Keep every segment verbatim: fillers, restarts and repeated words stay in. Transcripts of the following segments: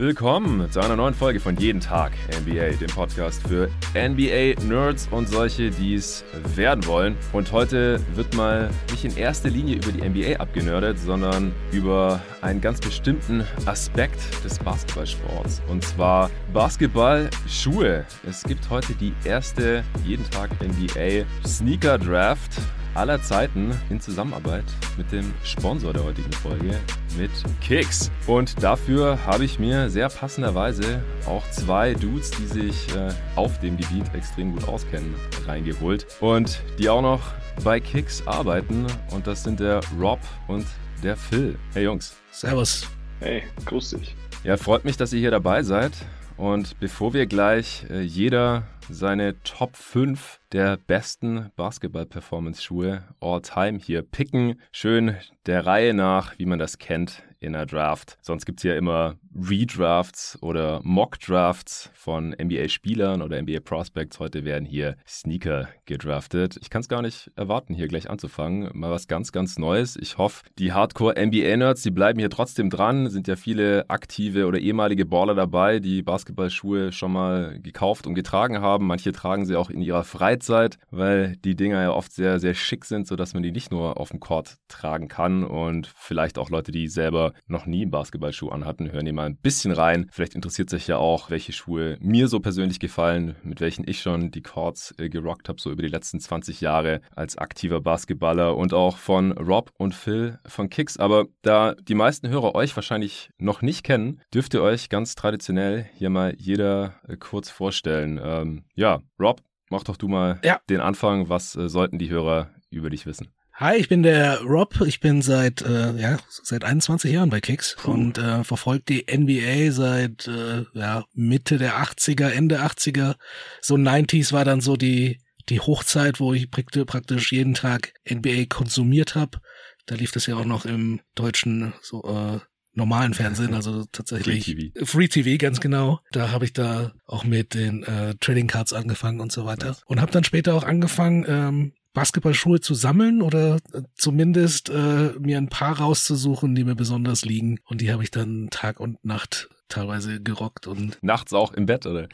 willkommen zu einer neuen Folge von Jeden Tag N B A, dem Podcast für N B A-Nerds und solche, die es werden wollen. Und heute wird mal nicht in erster Linie über die N B A abgenördet, sondern über einen ganz bestimmten Aspekt des Basketballsports. Und zwar Basketballschuhe. Es gibt heute die erste Jeden Tag N B A Sneaker Draft aller Zeiten in Zusammenarbeit mit dem Sponsor der heutigen Folge, mit Kicks. Und dafür habe ich mir sehr passenderweise auch zwei Dudes, die sich äh, auf dem Gebiet extrem gut auskennen, reingeholt und die auch noch bei Kicks arbeiten. Und das sind der Rob und der Phil. Hey Jungs. Servus. Hey, grüß dich. Ja, freut mich, dass ihr hier dabei seid. Und bevor wir gleich äh, jeder seine Top fünf der besten Basketball-Performance-Schuhe all time hier picken, schön der Reihe nach, wie man das kennt in der Draft. Sonst gibt es ja immer Redrafts oder Mock-Drafts von N B A-Spielern oder N B A-Prospects. Heute werden hier Sneaker gedraftet. Ich kann es gar nicht erwarten, hier gleich anzufangen. Mal was ganz, ganz Neues. Ich hoffe, die Hardcore-N B A-Nerds, die bleiben hier trotzdem dran. Sind ja viele aktive oder ehemalige Baller dabei, die Basketballschuhe schon mal gekauft und getragen haben. Manche tragen sie auch in ihrer Freizeit, weil die Dinger ja oft sehr, sehr schick sind, sodass man die nicht nur auf dem Court tragen kann. Und vielleicht auch Leute, die selber noch nie einen Basketballschuh anhatten, hören hier mal ein bisschen rein. Vielleicht interessiert sich ja auch, welche Schuhe mir so persönlich gefallen, mit welchen ich schon die Courts äh, gerockt habe, so über die letzten zwanzig Jahre als aktiver Basketballer, und auch von Rob und Phil von Kicks. Aber da die meisten Hörer euch wahrscheinlich noch nicht kennen, dürft ihr euch ganz traditionell hier mal jeder äh, kurz vorstellen. Ähm, ja, Rob, mach doch du mal ja. den Anfang. Was äh, sollten die Hörer über dich wissen? Hi, ich bin der Rob. Ich bin seit äh, ja seit einundzwanzig Jahren bei Kicks Puh. und äh, verfolge die N B A seit äh, ja Mitte der achtziger, Ende achtziger. So neunziger war dann so die die Hochzeit, wo ich praktisch jeden Tag N B A konsumiert habe. Da lief das ja auch noch im deutschen so äh, normalen Fernsehen, also tatsächlich Free T V. Free T V, ganz genau. Da habe ich da auch mit den äh, Trading Cards angefangen und so weiter. Nice. Und habe dann später auch angefangen, ähm, Basketballschuhe zu sammeln oder zumindest äh, mir ein paar rauszusuchen, die mir besonders liegen. Und die habe ich dann Tag und Nacht teilweise gerockt. Und nachts auch im Bett, oder?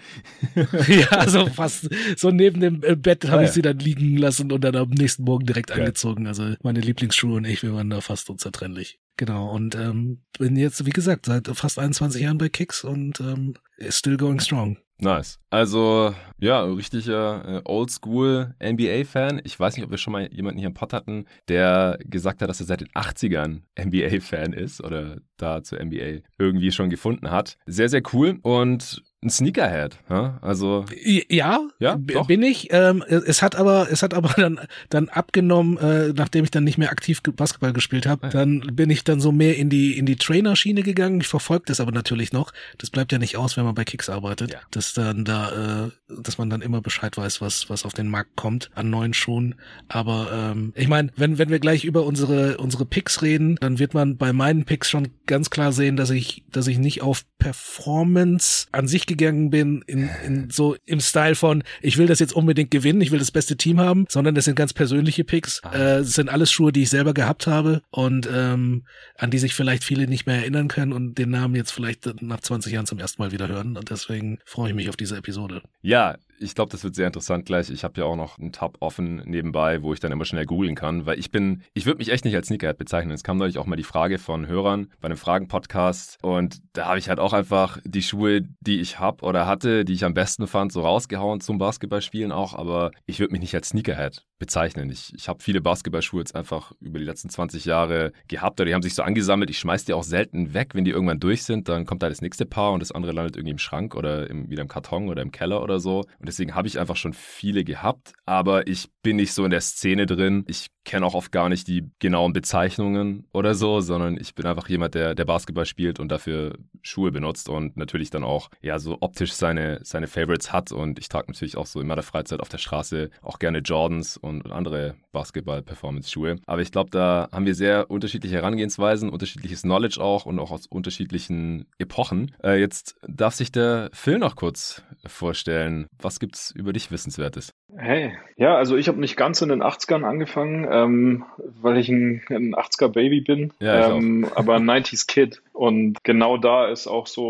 Ja, so fast so neben dem Bett habe ah, ich ja. sie dann liegen lassen und dann am nächsten Morgen direkt okay. angezogen. Also meine Lieblingsschuhe und ich, wir waren da fast unzertrennlich. Genau, und ähm, bin jetzt, wie gesagt, seit fast einundzwanzig Jahren bei Kicks und ähm, still going strong. Nice. Also, ja, richtiger äh, Oldschool N B A-Fan. Ich weiß nicht, ob wir schon mal jemanden hier im Pod hatten, der gesagt hat, dass er seit den achtzigern N B A-Fan ist oder da zur N B A irgendwie schon gefunden hat. Sehr, sehr cool und ein Sneakerhead, ja? Also ja, ja b- doch. bin ich. Ähm, es hat aber, es hat aber dann dann abgenommen, äh, nachdem ich dann nicht mehr aktiv Basketball gespielt habe. Ja. Dann bin ich dann so mehr in die in die Trainer-Schiene gegangen. Ich verfolge das aber natürlich noch. Das bleibt ja nicht aus, wenn man bei Kicks arbeitet, Ja. dass dann da, äh, dass man dann immer Bescheid weiß, was was auf den Markt kommt an neuen Schuhen. Aber ähm, ich meine, wenn wenn wir gleich über unsere unsere Picks reden, dann wird man bei meinen Picks schon ganz klar sehen, dass ich dass ich nicht auf Performance an sich gegangen bin, in, in so im Style von, ich will das jetzt unbedingt gewinnen, ich will das beste Team haben, sondern das sind ganz persönliche Picks. Ah. Äh, das sind alles Schuhe, die ich selber gehabt habe und ähm, an die sich vielleicht viele nicht mehr erinnern können und den Namen jetzt vielleicht nach zwanzig Jahren zum ersten Mal wieder hören. Und deswegen freue ich mich auf diese Episode. Ja, ich glaube, das wird sehr interessant gleich. Ich habe ja auch noch einen Tab offen nebenbei, wo ich dann immer schnell googeln kann, weil ich bin, ich würde mich echt nicht als Sneakerhead bezeichnen. Es kam neulich auch mal die Frage von Hörern bei einem Fragen-Podcast und da habe ich halt auch einfach die Schuhe, die ich habe oder hatte, die ich am besten fand, so rausgehauen zum Basketballspielen auch, aber ich würde mich nicht als Sneakerhead bezeichnen. Ich, ich habe viele Basketballschuhe jetzt einfach über die letzten zwanzig Jahre gehabt oder die haben sich so angesammelt. Ich schmeiß die auch selten weg, wenn die irgendwann durch sind, dann kommt da das nächste Paar und das andere landet irgendwie im Schrank oder im, wieder im Karton oder im Keller oder so. Und deswegen habe ich einfach schon viele gehabt, aber ich bin nicht so in der Szene drin. Ich kenne auch oft gar nicht die genauen Bezeichnungen oder so, sondern ich bin einfach jemand, der, der Basketball spielt und dafür Schuhe benutzt und natürlich dann auch ja so optisch seine, seine Favorites hat. Und ich trage natürlich auch so in meiner Freizeit auf der Straße auch gerne Jordans und andere Basketball-Performance-Schuhe. Aber ich glaube, da haben wir sehr unterschiedliche Herangehensweisen, unterschiedliches Knowledge auch und auch aus unterschiedlichen Epochen. Äh, jetzt darf sich der Phil noch kurz vorstellen. Was gibt's über dich Wissenswertes? Hey, ja, also ich habe nicht ganz in den achtzigern angefangen, ähm, weil ich ein, ein achtziger Baby bin, Ja, ich ähm, aber ein neunziger Kid. Und genau da ist auch so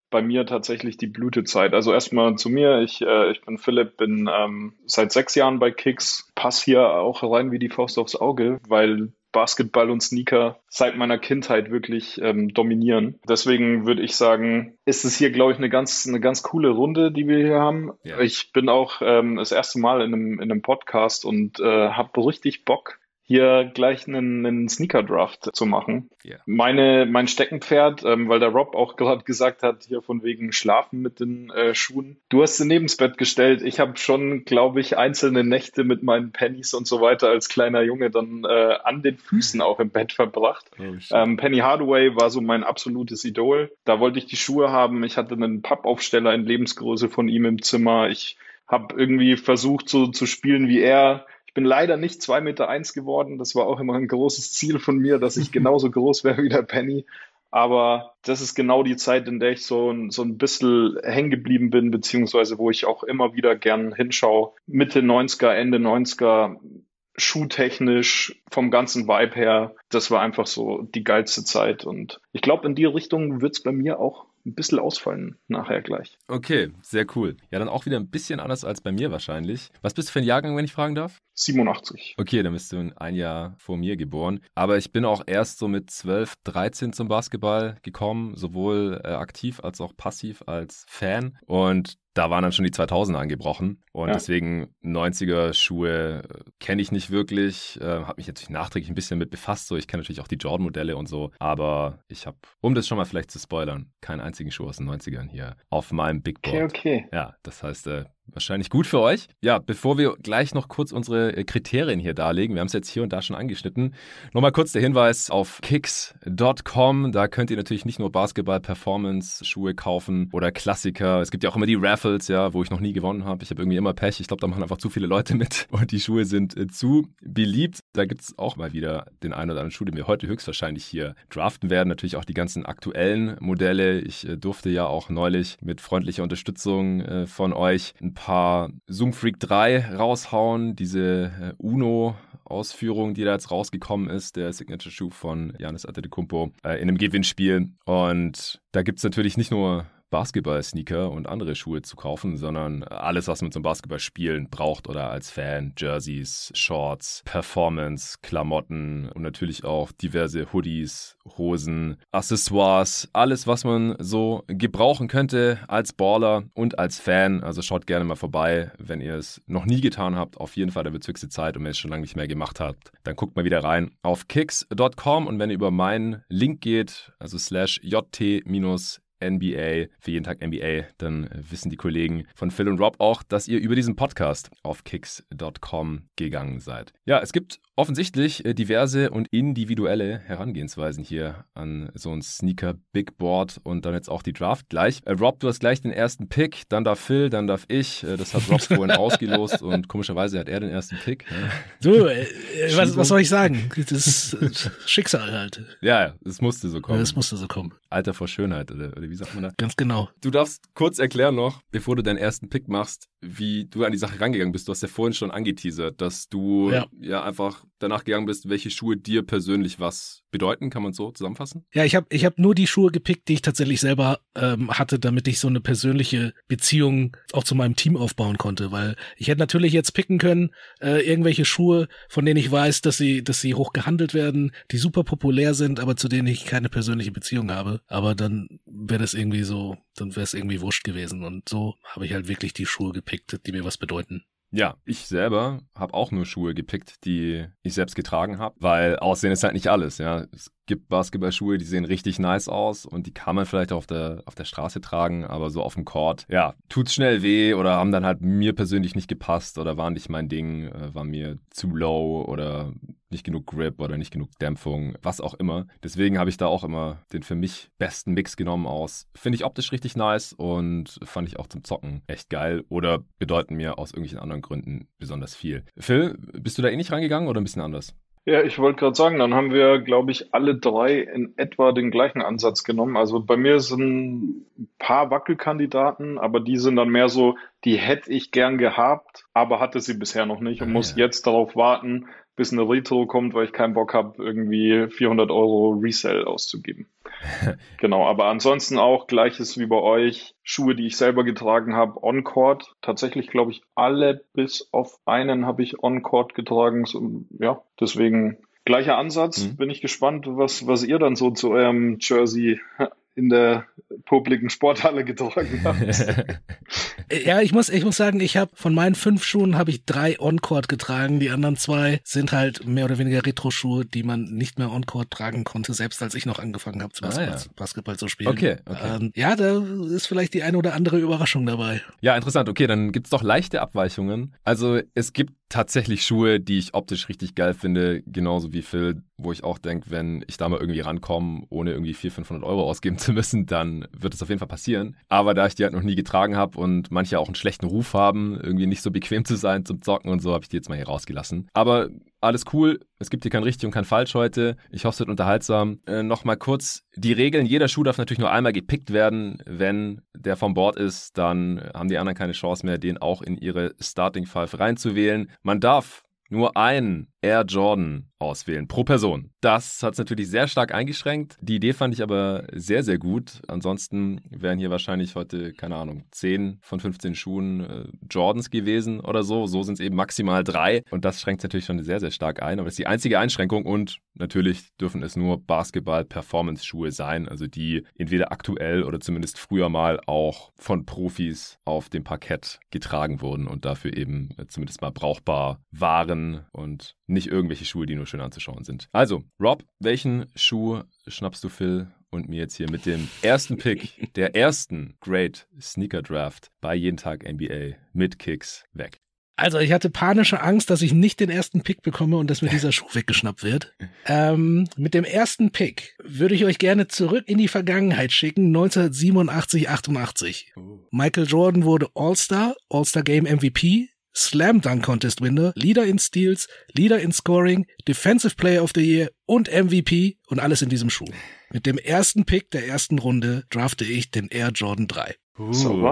bei mir tatsächlich die Blütezeit. Also erstmal zu mir, ich, äh, ich bin Philipp, bin ähm, seit sechs Jahren bei Kicks, pass hier auch rein wie die Faust aufs Auge, weil Basketball und Sneaker seit meiner Kindheit wirklich ähm, dominieren. Deswegen würde ich sagen, ist es hier, glaube ich, eine ganz, eine ganz coole Runde, die wir hier haben. Ja. Ich bin auch ähm, das erste Mal in einem, in einem Podcast und äh, habe richtig Bock, hier gleich einen, einen Sneaker-Draft zu machen. Yeah. Meine, mein Steckenpferd, ähm, weil der Rob auch gerade gesagt hat, hier von wegen Schlafen mit den äh, Schuhen. Du hast sie neben's Bett gestellt. Ich habe schon, glaube ich, einzelne Nächte mit meinen Pennies und so weiter als kleiner Junge dann äh, an den Füßen auch im Bett verbracht. Oh, shit. ähm, Penny Hardaway war so mein absolutes Idol. Da wollte ich die Schuhe haben. Ich hatte einen Pappaufsteller in Lebensgröße von ihm im Zimmer. Ich habe irgendwie versucht, so zu spielen wie er. Ich bin leider nicht zwei Meter eins geworden. Das war auch immer ein großes Ziel von mir, dass ich genauso groß wäre wie der Penny. Aber das ist genau die Zeit, in der ich so, ein- so ein bisschen hängen geblieben bin, beziehungsweise wo ich auch immer wieder gern hinschaue. Mitte neunziger, Ende neunziger, schuhtechnisch, vom ganzen Vibe her. Das war einfach so die geilste Zeit. Und ich glaube, in die Richtung wird es bei mir auch ein bisschen ausfallen nachher gleich. Okay, sehr cool. Ja, dann auch wieder ein bisschen anders als bei mir wahrscheinlich. Was bist du für ein Jahrgang, wenn ich fragen darf? siebenundachtzig. Okay, dann bist du ein Jahr vor mir geboren. Aber ich bin auch erst so mit zwölf, dreizehn zum Basketball gekommen, sowohl äh, aktiv als auch passiv als Fan. Und da waren dann schon die zweitausender angebrochen. Und Ja. deswegen neunziger Schuhe äh, kenne ich nicht wirklich. Äh, habe mich natürlich nachträglich ein bisschen mit befasst. So, ich kenne natürlich auch die Jordan-Modelle und so. Aber ich habe, um das schon mal vielleicht zu spoilern, keinen einzigen Schuh aus den neunzigern hier auf meinem Big Board. Okay, okay. Ja, das heißt, äh, wahrscheinlich gut für euch. Ja, bevor wir gleich noch kurz unsere äh, Kriterien hier darlegen, wir haben es jetzt hier und da schon angeschnitten, nochmal kurz der Hinweis auf kicks Punkt com. Da könnt ihr natürlich nicht nur Basketball-Performance-Schuhe kaufen oder Klassiker. Es gibt ja auch immer die Raffles, ja, wo ich noch nie gewonnen habe. Ich habe irgendwie immer Pech. Ich glaube, da machen einfach zu viele Leute mit und die Schuhe sind äh, zu beliebt. Da gibt es auch mal wieder den einen oder anderen Schuh, den wir heute höchstwahrscheinlich hier draften werden. Natürlich auch die ganzen aktuellen Modelle. Ich äh, durfte ja auch neulich mit freundlicher Unterstützung äh, von euch ein paar Zoom Freak drei raushauen. Diese äh, Uno-Ausführung, die da jetzt rausgekommen ist, der Signature-Schuh von Giannis Antetokounmpo äh, in einem Gewinnspiel. Und da gibt es natürlich nicht nur Basketball-Sneaker und andere Schuhe zu kaufen, sondern alles, was man zum Basketballspielen braucht oder als Fan. Jerseys, Shorts, Performance, Klamotten und natürlich auch diverse Hoodies, Hosen, Accessoires, alles, was man so gebrauchen könnte als Baller und als Fan. Also schaut gerne mal vorbei, wenn ihr es noch nie getan habt. Auf jeden Fall, da wird es höchste Zeit und wenn ihr es schon lange nicht mehr gemacht habt, dann guckt mal wieder rein auf kicks Punkt com und wenn ihr über meinen Link geht, also slash jt minus N B A, für jeden Tag N B A, dann äh, wissen die Kollegen von Phil und Rob auch, dass ihr über diesen Podcast auf kicks Punkt com gegangen seid. Ja, es gibt offensichtlich äh, diverse und individuelle Herangehensweisen hier an so ein Sneaker-Big Board und dann jetzt auch die Draft gleich. Äh, Rob, du hast gleich den ersten Pick, dann darf Phil, dann darf ich. Äh, das hat Rob vorhin ausgelost und komischerweise hat er den ersten Pick. Ja. So, äh, was, was soll ich sagen? Das ist äh, Schicksal halt. Ja, ja, es musste so kommen. Das musste so kommen. Alter vor Schönheit, oder, oder wie sagt man da? Ganz genau. Du darfst kurz erklären noch, bevor du deinen ersten Pick machst, wie du an die Sache rangegangen bist. Du hast ja vorhin schon angeteasert, dass du ja, Ja. einfach danach gegangen bist, welche Schuhe dir persönlich was bedeuten. Kann man so zusammenfassen? Ja, ich habe ich hab nur die Schuhe gepickt, die ich tatsächlich selber ähm, hatte, damit ich so eine persönliche Beziehung auch zu meinem Team aufbauen konnte, weil ich hätte natürlich jetzt picken können, äh, irgendwelche Schuhe, von denen ich weiß, dass sie, dass sie hoch gehandelt werden, die super populär sind, aber zu denen ich keine persönliche Beziehung habe. Aber dann wäre das irgendwie so, dann wäre es irgendwie wurscht gewesen. Und so habe ich halt wirklich die Schuhe gepickt, die mir was bedeuten. Ja, ich selber habe auch nur Schuhe gepickt, die ich selbst getragen habe, weil Aussehen ist halt nicht alles, ja. Es gibt Basketballschuhe, die sehen richtig nice aus und die kann man vielleicht auch auf der, auf der Straße tragen, aber so auf dem Court, ja, tut's schnell weh oder haben dann halt mir persönlich nicht gepasst oder waren nicht mein Ding, äh, war mir zu low oder nicht genug Grip oder nicht genug Dämpfung, was auch immer. Deswegen habe ich da auch immer den für mich besten Mix genommen aus. Finde ich optisch richtig nice und fand ich auch zum Zocken echt geil oder bedeuten mir aus irgendwelchen anderen Gründen besonders viel. Phil, bist du da eh nicht rangegangen oder ein bisschen anders? Ja, ich wollte gerade sagen, dann haben wir, glaube ich, alle drei in etwa den gleichen Ansatz genommen. Also bei mir sind ein paar Wackelkandidaten, aber die sind dann mehr so, die hätte ich gern gehabt, aber hatte sie bisher noch nicht und Ah, muss ja. jetzt darauf warten, bis eine Retro kommt, weil ich keinen Bock habe, irgendwie vierhundert Euro Resell auszugeben. Genau, aber ansonsten auch Gleiches wie bei euch. Schuhe, die ich selber getragen habe, On-Court. Tatsächlich glaube ich alle bis auf einen habe ich On-Court getragen. So, ja, deswegen gleicher Ansatz. Mhm. Bin ich gespannt, was, was ihr dann so zu eurem Jersey in der publiken Sporthalle getragen habt. Ja, ich muss, ich muss sagen, ich habe von meinen fünf Schuhen habe ich drei On-Court getragen. Die anderen zwei sind halt mehr oder weniger Retro-Schuhe, die man nicht mehr On-Court tragen konnte, selbst als ich noch angefangen habe, ah, ja. Basketball zu spielen. Okay, okay. Ähm, ja, da ist vielleicht die eine oder andere Überraschung dabei. Ja, interessant. Okay, dann gibt's doch leichte Abweichungen. Also es gibt tatsächlich Schuhe, die ich optisch richtig geil finde, genauso wie Phil, wo ich auch denke, wenn ich da mal irgendwie rankomme, ohne irgendwie vierhundert, fünfhundert Euro ausgeben zu müssen, dann wird es auf jeden Fall passieren. Aber da ich die halt noch nie getragen habe und manche auch einen schlechten Ruf haben, irgendwie nicht so bequem zu sein zum Zocken und so, habe ich die jetzt mal hier rausgelassen. Aber alles cool, es gibt hier kein richtig und kein falsch heute. Ich hoffe, es wird unterhaltsam. Äh, Nochmal kurz die Regeln. Jeder Schuh darf natürlich nur einmal gepickt werden. Wenn der vom Board ist, dann haben die anderen keine Chance mehr, den auch in ihre Starting Five reinzuwählen. Man darf nur einen Air Jordan auswählen pro Person. Das hat es natürlich sehr stark eingeschränkt. Die Idee fand ich aber sehr, sehr gut. Ansonsten wären hier wahrscheinlich heute, keine Ahnung, zehn von fünfzehn Schuhen äh, Jordans gewesen oder so. So sind es eben maximal drei. Und das schränkt natürlich schon sehr, sehr stark ein. Aber das ist die einzige Einschränkung. Und natürlich dürfen es nur Basketball-Performance-Schuhe sein. Also die entweder aktuell oder zumindest früher mal auch von Profis auf dem Parkett getragen wurden und dafür eben äh, zumindest mal brauchbar waren und nicht irgendwelche Schuhe, die nur schön anzuschauen sind. Also, Rob, welchen Schuh schnappst du Phil und mir jetzt hier mit dem ersten Pick der ersten Great Sneaker Draft bei Jeden Tag N B A mit Kicks weg? Also ich hatte panische Angst, dass ich nicht den ersten Pick bekomme und dass mir dieser Schuh weggeschnappt wird. Ähm, mit dem ersten Pick würde ich euch gerne zurück in die Vergangenheit schicken, neunzehnhundertsiebenundachtzig, achtundachtzig. Oh. Michael Jordan wurde All-Star, All-Star Game M V P, Slam Dunk Contest Winner, Leader in Steals, Leader in Scoring, Defensive Player of the Year und M V P und alles in diesem Schuh. Mit dem ersten Pick der ersten Runde drafte ich den Air Jordan drei. Uh. So.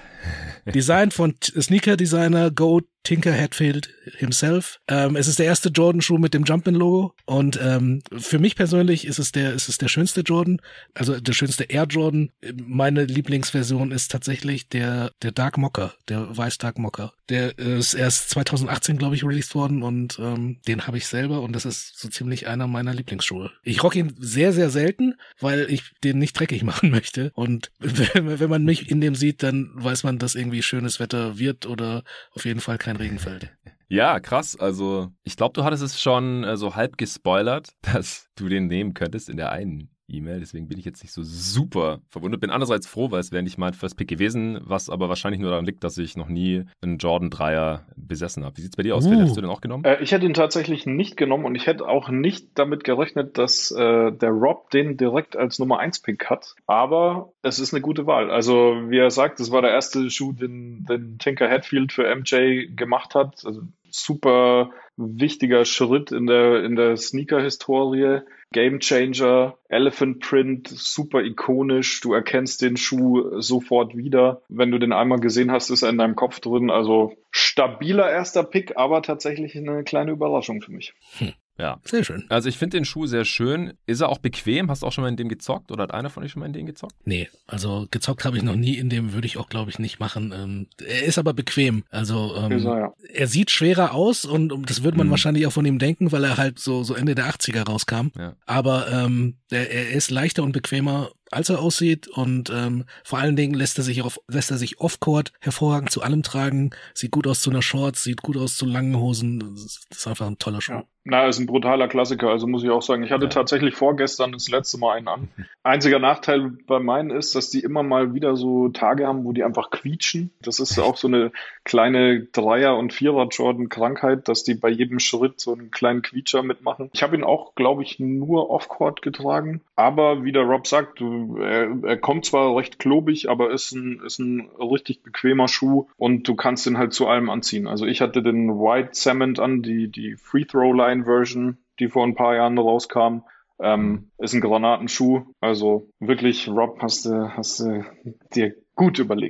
Design von Sneaker-Designer Go Tinker Hatfield himself. Ähm, es ist der erste Jordan-Schuh mit dem Jumpin'-Logo und ähm, für mich persönlich ist es der ist es der schönste Jordan, also der schönste Air Jordan. Meine Lieblingsversion ist tatsächlich der der Dark Mocha, der Weiß Dark Mocha. Der ist erst zweitausendachtzehn, glaube ich, released worden und ähm, den habe ich selber und das ist so ziemlich einer meiner Lieblingsschuhe. Ich rock ihn sehr, sehr selten, weil ich den nicht dreckig machen möchte und wenn, wenn man mich in dem sieht, dann weiß man, dass irgendwie schönes Wetter wird oder auf jeden Fall kein Regen fällt. Ja, krass. Also ich glaube, du hattest es schon äh, so halb gespoilert, dass du den nehmen könntest in der einen E-Mail. Deswegen bin ich jetzt nicht so super verwundert. Bin andererseits froh, weil es wäre nicht mein First Pick gewesen, was aber wahrscheinlich nur daran liegt, dass ich noch nie einen Jordan Dreier besessen habe. Wie sieht's bei dir aus, uh. Phil? Hättest du den auch genommen? Äh, ich hätte ihn tatsächlich nicht genommen und ich hätte auch nicht damit gerechnet, dass äh, der Rob den direkt als Nummer eins Pick hat. Aber es ist eine gute Wahl. Also wie er sagt, das war der erste Schuh, den, den Tinker Hatfield für M J gemacht hat. Also super wichtiger Schritt in der, in der Sneaker-Historie. Game Changer, Elephant Print, super ikonisch. Du erkennst den Schuh sofort wieder. Wenn du den einmal gesehen hast, ist er in deinem Kopf drin. Also stabiler erster Pick, aber tatsächlich eine kleine Überraschung für mich. Hm. Ja, sehr schön. Also ich finde den Schuh sehr schön. Ist er auch bequem? Hast du auch schon mal in dem gezockt oder hat einer von euch schon mal in dem gezockt? Nee, also gezockt habe ich noch nie in dem, würde ich auch glaube ich nicht machen. Ähm, er ist aber bequem. Also ähm, er, ja. er sieht schwerer aus und, und das würde man mhm. wahrscheinlich auch von ihm denken, weil er halt so so Ende der achtziger rauskam. Ja. Aber ähm, er, er ist leichter und bequemer, als er aussieht und ähm, vor allen Dingen lässt er sich auf, lässt er sich off-court hervorragend zu allem tragen, sieht gut aus zu einer Shorts, sieht gut aus zu langen Hosen, das ist einfach ein toller Schuh. Ja. Na, ist ein brutaler Klassiker, also muss ich auch sagen. Ich hatte ja. tatsächlich vorgestern das letzte Mal einen an. Einziger Nachteil bei meinen ist, dass die immer mal wieder so Tage haben, wo die einfach quietschen. Das ist auch so eine kleine Dreier- und Vierer-Jordan-Krankheit, dass die bei jedem Schritt so einen kleinen Quietscher mitmachen. Ich habe ihn auch, glaube ich, nur off-court getragen, aber wie der Rob sagt, er, er kommt zwar recht klobig, aber ist ein, ist ein richtig bequemer Schuh und du kannst ihn halt zu allem anziehen. Also ich hatte den White Cement an, die, die Free-Throw-Line Version, die vor ein paar Jahren rauskam. Ähm, ist ein Granatenschuh. Also wirklich, Rob, hast du, hast du dir gut überlegt.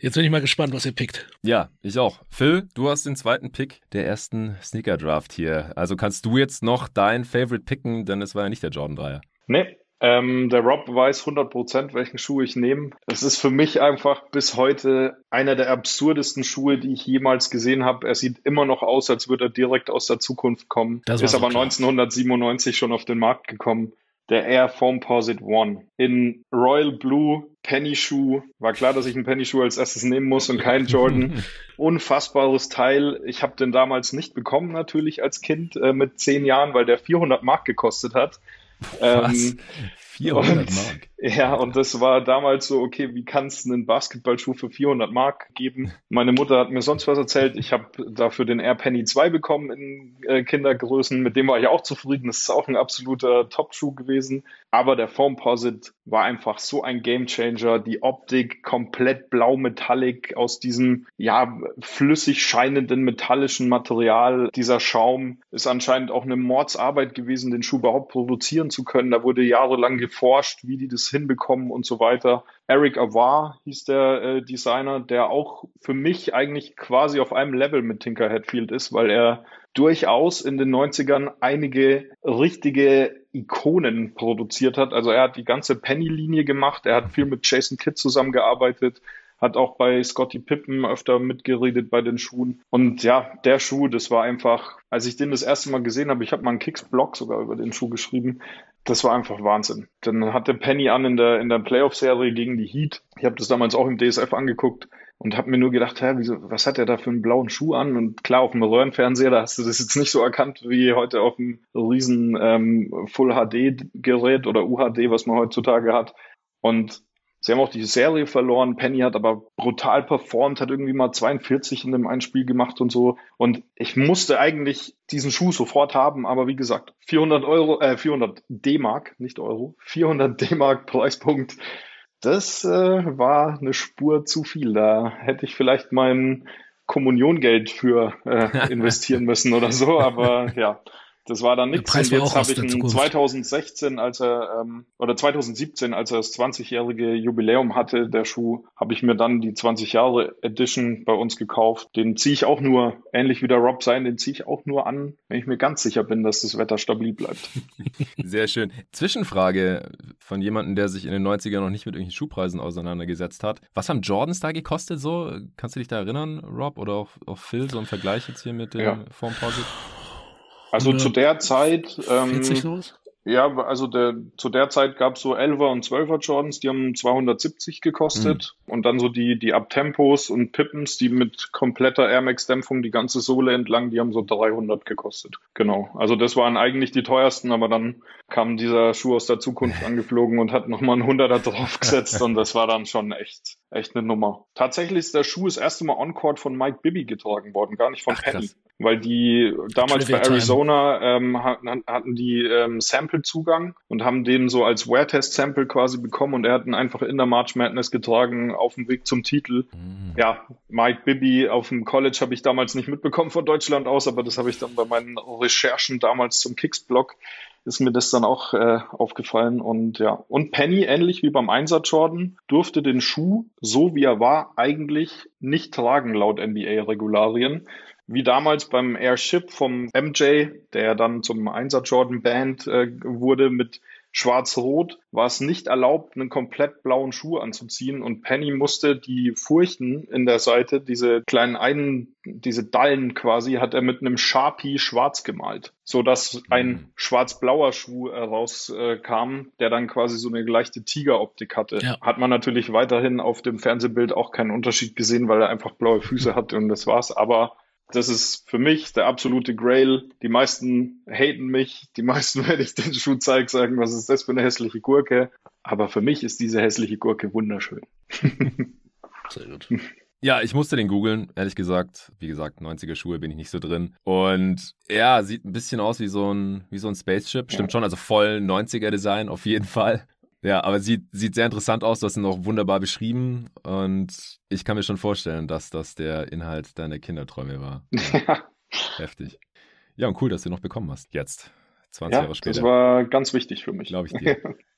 Jetzt bin ich mal gespannt, was ihr pickt. Ja, ich auch. Phil, du hast den zweiten Pick der ersten Sneaker-Draft hier. Also kannst du jetzt noch dein Favorite picken, denn es war ja nicht der Jordan Dreier. Nee, ähm, der Rob weiß hundert Prozent, welchen Schuh ich nehme. Es ist für mich einfach bis heute einer der absurdesten Schuhe, die ich jemals gesehen habe. Er sieht immer noch aus, als würde er direkt aus der Zukunft kommen. Das war Ist so aber klar. neunzehnhundertsiebenundneunzig schon auf den Markt gekommen. Der Air Foamposite One in Royal Blue, Penny-Schuh. War klar, dass ich einen Penny-Schuh als erstes nehmen muss und keinen Jordan. Unfassbares Teil. Ich habe den damals nicht bekommen, natürlich als Kind äh, mit zehn Jahren, weil der vierhundert Mark gekostet hat. Was? Ähm, vierhundert und, Mark? Ja, und das war damals so, okay, wie kannst du einen Basketballschuh für vierhundert Mark geben? Meine Mutter hat mir sonst was erzählt. Ich habe dafür den Air Penny zwei bekommen in äh, Kindergrößen. Mit dem war ich auch zufrieden. Das ist auch ein absoluter Top-Schuh gewesen. Aber der Foamposite war einfach so ein Gamechanger. Die Optik komplett blau metallic aus diesem, ja, flüssig scheinenden metallischen Material. Dieser Schaum ist anscheinend auch eine Mordsarbeit gewesen, den Schuh überhaupt produzieren zu können. Da wurde jahrelang geforscht, wie die das hinbekommen und so weiter. Eric Avar hieß der äh, Designer, der auch für mich eigentlich quasi auf einem Level mit Tinker Hatfield ist, weil er durchaus in den neunzigern einige richtige Ikonen produziert hat. Also er hat die ganze Penny-Linie gemacht, er hat viel mit Jason Kidd zusammengearbeitet, hat auch bei Scottie Pippen öfter mitgeredet bei den Schuhen. Und ja, der Schuh, das war einfach, als ich den das erste Mal gesehen habe, ich habe mal einen Kicks-Blog sogar über den Schuh geschrieben, das war einfach Wahnsinn. Dann hatte Penny an in der in der Playoff-Serie gegen die Heat. Ich habe das damals auch im D S F angeguckt und habe mir nur gedacht, hä, wieso, was hat er da für einen blauen Schuh an? Und klar, auf dem Röhrenfernseher, da hast du das jetzt nicht so erkannt wie heute auf dem riesen ähm, Full-H D-Gerät oder U H D, was man heutzutage hat. Und sie haben auch die Serie verloren. Penny hat aber brutal performt, hat irgendwie mal zweiundvierzig in dem einen Spiel gemacht und so. Und ich musste eigentlich diesen Schuh sofort haben, aber wie gesagt, vierhundert Euro, äh, vierhundert D-Mark, nicht Euro, vierhundert D-Mark Preispunkt. Das äh, war eine Spur zu viel. Da hätte ich vielleicht mein Kommuniongeld für äh, investieren müssen oder so, aber ja. Das war dann nichts. Und jetzt habe ich ihn zweitausendsechzehn, als er, ähm, oder zweitausendsiebzehn, als er das zwanzigjährige Jubiläum hatte, der Schuh, habe ich mir dann die zwanzig Jahre Edition bei uns gekauft. Den ziehe ich auch nur, ähnlich wie der Rob sein, den ziehe ich auch nur an, wenn ich mir ganz sicher bin, dass das Wetter stabil bleibt. Sehr schön. Zwischenfrage von jemandem, der sich in den neunzigern noch nicht mit irgendwelchen Schuhpreisen auseinandergesetzt hat. Was haben Jordans da gekostet so? Kannst du dich da erinnern, Rob, oder auch, auch Phil, so im Vergleich jetzt hier mit dem ja. Foamposite? Also zu der Zeit, ähm, vierzig los? Ja, also der, zu der Zeit gab es so elfer und zwölfer Jordans, die haben zweihundertsiebzig gekostet. Mhm. Und dann so die, die Uptempos und Pippens, die mit kompletter Air Max Dämpfung die ganze Sohle entlang, die haben so dreihundert gekostet. Genau. Also das waren eigentlich die teuersten, aber dann kam dieser Schuh aus der Zukunft angeflogen und hat nochmal einen Hunderter draufgesetzt und das war dann schon echt, echt eine Nummer. Tatsächlich ist der Schuh das erste Mal on-court von Mike Bibby getragen worden, gar nicht von Ach, Penny. Krass. Weil die damals bei Arizona ähm, hatten die ähm, Sample-Zugang und haben den so als Wear-Test-Sample quasi bekommen und er hat ihn einfach in der March Madness getragen auf dem Weg zum Titel. Mhm. Ja, Mike Bibby auf dem College habe ich damals nicht mitbekommen von Deutschland aus, aber das habe ich dann bei meinen Recherchen damals zum Kicks-Blog ist mir das dann auch äh, aufgefallen und ja. Und Penny, ähnlich wie beim Einser Jordan, durfte den Schuh, so wie er war, eigentlich nicht tragen laut N B A-Regularien. Wie damals beim Airship vom M J, der dann zum Einser Jordan Band äh, wurde mit Schwarz-Rot, war es nicht erlaubt, einen komplett blauen Schuh anzuziehen und Penny musste die Furchen in der Seite, diese kleinen Einen, diese Dallen quasi, hat er mit einem Sharpie schwarz gemalt, so dass ein schwarz-blauer Schuh äh, rauskam, äh, der dann quasi so eine leichte Tigeroptik hatte. Ja. Hat man natürlich weiterhin auf dem Fernsehbild auch keinen Unterschied gesehen, weil er einfach blaue Füße hatte und das war's, aber das ist für mich der absolute Grail. Die meisten haten mich. Die meisten, wenn ich den Schuh zeige, sagen, was ist das für eine hässliche Gurke. Aber für mich ist diese hässliche Gurke wunderschön. Sehr gut. Ja, ich musste den googeln, ehrlich gesagt. Wie gesagt, neunziger Schuhe bin ich nicht so drin. Und ja, sieht ein bisschen aus wie so ein, wie so ein Spaceship. Stimmt ja. Schon, also voll neunziger Design auf jeden Fall. Ja, aber sieht, sieht sehr interessant aus, du hast ihn auch wunderbar beschrieben und ich kann mir schon vorstellen, dass das der Inhalt deiner Kinderträume war. Ja. Heftig. Ja, und cool, dass du noch bekommen hast, jetzt, zwanzig ja, Jahre später. Das war ganz wichtig für mich. Glaube ich dir.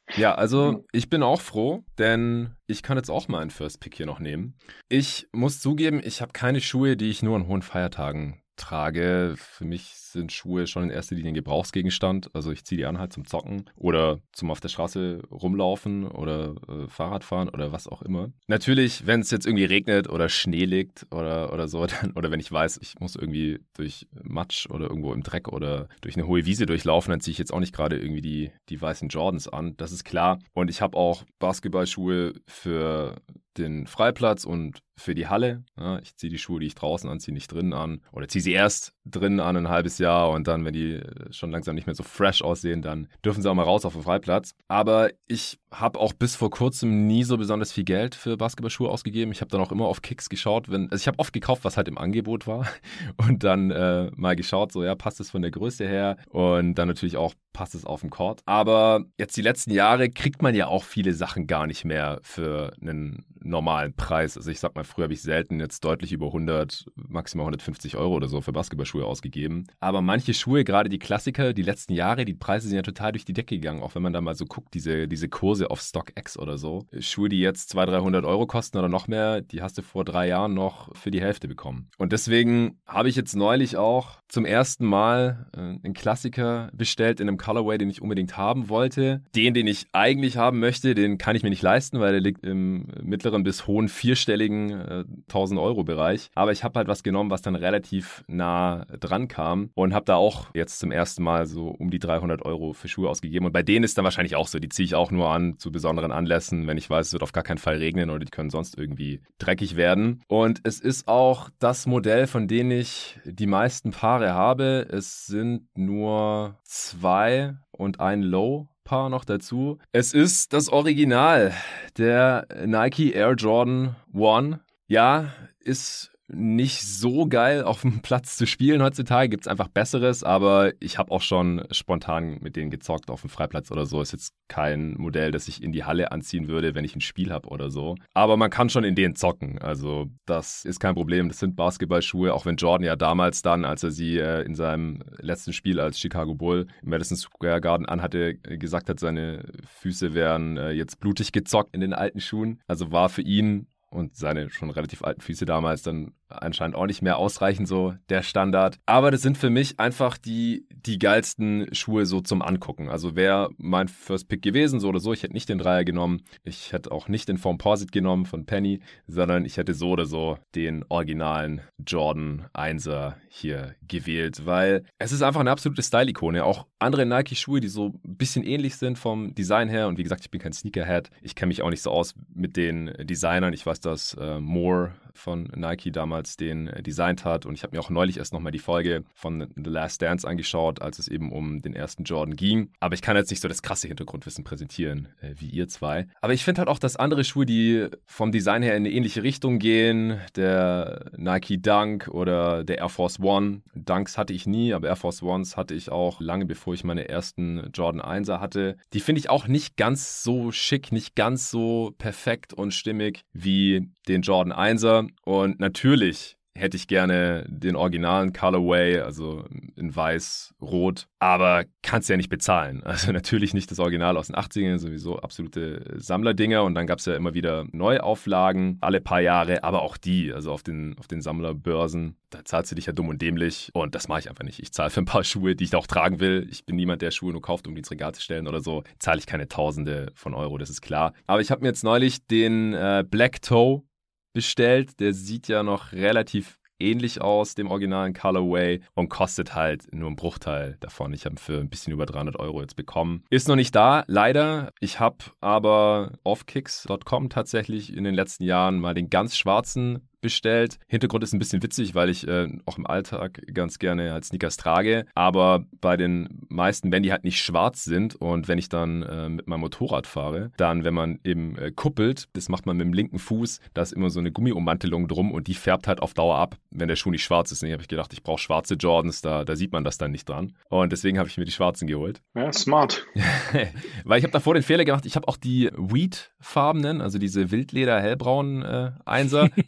Ja, also ich bin auch froh, denn ich kann jetzt auch meinen First Pick hier noch nehmen. Ich muss zugeben, ich habe keine Schuhe, die ich nur an hohen Feiertagen trage. Für mich sind Schuhe schon in erster Linie ein Gebrauchsgegenstand. Also ich ziehe die an halt zum Zocken oder zum auf der Straße rumlaufen oder äh, Fahrrad fahren oder was auch immer. Natürlich, wenn es jetzt irgendwie regnet oder Schnee liegt oder, oder so, dann, oder wenn ich weiß, ich muss irgendwie durch Matsch oder irgendwo im Dreck oder durch eine hohe Wiese durchlaufen, dann ziehe ich jetzt auch nicht gerade irgendwie die, die weißen Jordans an. Das ist klar. Und ich habe auch Basketballschuhe für den Freiplatz und für die Halle. Ja, ich ziehe die Schuhe, die ich draußen anziehe, nicht drinnen an. Oder ziehe sie erst drinnen an, ein halbes Jahr. Und dann, wenn die schon langsam nicht mehr so fresh aussehen, dann dürfen sie auch mal raus auf den Freiplatz. Aber ich habe auch bis vor kurzem nie so besonders viel Geld für Basketballschuhe ausgegeben. Ich habe dann auch immer auf Kicks geschaut. Wenn, also ich habe oft gekauft, was halt im Angebot war. Und dann äh, mal geschaut, so ja, passt es von der Größe her? Und dann natürlich auch, passt es auf den Court? Aber jetzt die letzten Jahre kriegt man ja auch viele Sachen gar nicht mehr für einen normalen Preis. Also ich sag mal, früher habe ich selten jetzt deutlich über hundert, maximal hundertfünfzig Euro oder so für Basketballschuhe ausgegeben. Aber manche Schuhe, gerade die Klassiker, die letzten Jahre, die Preise sind ja total durch die Decke gegangen, auch wenn man da mal so guckt, diese, diese Kurse auf StockX oder so. Schuhe, die jetzt zweihundert, dreihundert Euro kosten oder noch mehr, die hast du vor drei Jahren noch für die Hälfte bekommen. Und deswegen habe ich jetzt neulich auch zum ersten Mal äh, einen Klassiker bestellt in einem Colorway, den ich unbedingt haben wollte. Den, den ich eigentlich haben möchte, den kann ich mir nicht leisten, weil der liegt im mittleren bis hohen vierstelligen äh, tausend Euro Bereich. Aber ich habe halt was genommen, was dann relativ nah dran kam und habe da auch jetzt zum ersten Mal so um die dreihundert Euro für Schuhe ausgegeben. Und bei denen ist dann wahrscheinlich auch so, die ziehe ich auch nur an zu besonderen Anlässen, wenn ich weiß, es wird auf gar keinen Fall regnen oder die können sonst irgendwie dreckig werden. Und es ist auch das Modell, von dem ich die meisten Paare habe. Es sind nur zwei und ein Low Paar noch dazu. Es ist das Original, der Nike Air Jordan eins. Ja, ist nicht so geil auf dem Platz zu spielen heutzutage, gibt es einfach Besseres, aber ich habe auch schon spontan mit denen gezockt auf dem Freiplatz oder so. Ist jetzt kein Modell, das ich in die Halle anziehen würde, wenn ich ein Spiel habe oder so. Aber man kann schon in denen zocken, also das ist kein Problem. Das sind Basketballschuhe, auch wenn Jordan ja damals dann, als er sie äh, in seinem letzten Spiel als Chicago Bull im Madison Square Garden anhatte, gesagt hat, seine Füße wären äh, jetzt blutig gezockt in den alten Schuhen. Also war für ihn und seine schon relativ alten Füße damals dann anscheinend auch nicht mehr ausreichend so der Standard. Aber das sind für mich einfach die, die geilsten Schuhe so zum Angucken. Also wäre mein First Pick gewesen, so oder so. Ich hätte nicht den Dreier genommen. Ich hätte auch nicht den Formposite genommen von Penny, sondern ich hätte so oder so den originalen Jordan Einser hier gewählt, weil es ist einfach eine absolute Style-Ikone. Auch andere Nike-Schuhe, die so ein bisschen ähnlich sind vom Design her. Und wie gesagt, ich bin kein Sneakerhead. Ich kenne mich auch nicht so aus mit den Designern. Ich weiß, dass äh, Moore von Nike damals den äh, designt hat und ich habe mir auch neulich erst nochmal die Folge von The Last Dance angeschaut, als es eben um den ersten Jordan ging. Aber ich kann jetzt nicht so das krasse Hintergrundwissen präsentieren äh, wie ihr zwei. Aber ich finde halt auch, dass andere Schuhe, die vom Design her in eine ähnliche Richtung gehen, der Nike Dunk oder der Air Force One. Dunks hatte ich nie, aber Air Force Ones hatte ich auch lange bevor ich meine ersten Jordan Einser hatte. Die finde ich auch nicht ganz so schick, nicht ganz so perfekt und stimmig wie den Jordan Einser. Und natürlich hätte ich gerne den originalen Colorway, also in weiß-rot, aber kannst ja nicht bezahlen. Also natürlich nicht das Original aus den achtzigern, sowieso absolute Sammlerdinger und dann gab es ja immer wieder Neuauflagen, alle paar Jahre, aber auch die, also auf den, auf den Sammlerbörsen, da zahlst du dich ja dumm und dämlich und das mache ich einfach nicht. Ich zahle für ein paar Schuhe, die ich auch tragen will. Ich bin niemand, der Schuhe nur kauft, um die ins Regal zu stellen oder so. Zahle ich keine Tausende von Euro, das ist klar. Aber ich habe mir jetzt neulich den äh, Black Toe bestellt. Der sieht ja noch relativ ähnlich aus dem originalen Colorway und kostet halt nur einen Bruchteil davon. Ich habe ihn für ein bisschen über dreihundert Euro jetzt bekommen. Ist noch nicht da, leider. Ich habe aber auf kicks Punkt com tatsächlich in den letzten Jahren mal den ganz schwarzen bestellt. Hintergrund ist ein bisschen witzig, weil ich äh, auch im Alltag ganz gerne halt Sneakers trage, aber bei den meisten, wenn die halt nicht schwarz sind und wenn ich dann äh, mit meinem Motorrad fahre, dann, wenn man eben äh, kuppelt, das macht man mit dem linken Fuß, da ist immer so eine Gummiummantelung drum und die färbt halt auf Dauer ab, wenn der Schuh nicht schwarz ist. Und ich habe gedacht, ich brauche schwarze Jordans, da, da sieht man das dann nicht dran. Und deswegen habe ich mir die schwarzen geholt. Ja, smart. Weil ich habe davor den Fehler gemacht, ich habe auch die Wheat-farbenen, also diese Wildleder-hellbraunen äh, Einser und da hatte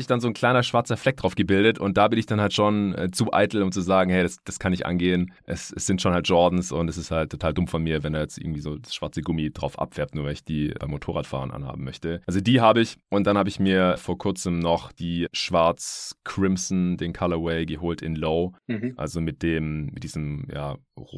sich dann so ein kleiner schwarzer Fleck drauf gebildet und da bin ich dann halt schon äh, zu eitel, um zu sagen, hey, das, das kann nicht angehen. Es, es sind schon halt Jordans und es ist halt total dumm von mir, wenn er jetzt irgendwie so das schwarze Gummi drauf abfärbt, nur weil ich die beim Motorradfahren anhaben möchte. Also die habe ich und dann habe ich mir vor kurzem noch die schwarz-crimson, den Colorway geholt in Low, mhm. also mit dem, mit diesem, ja,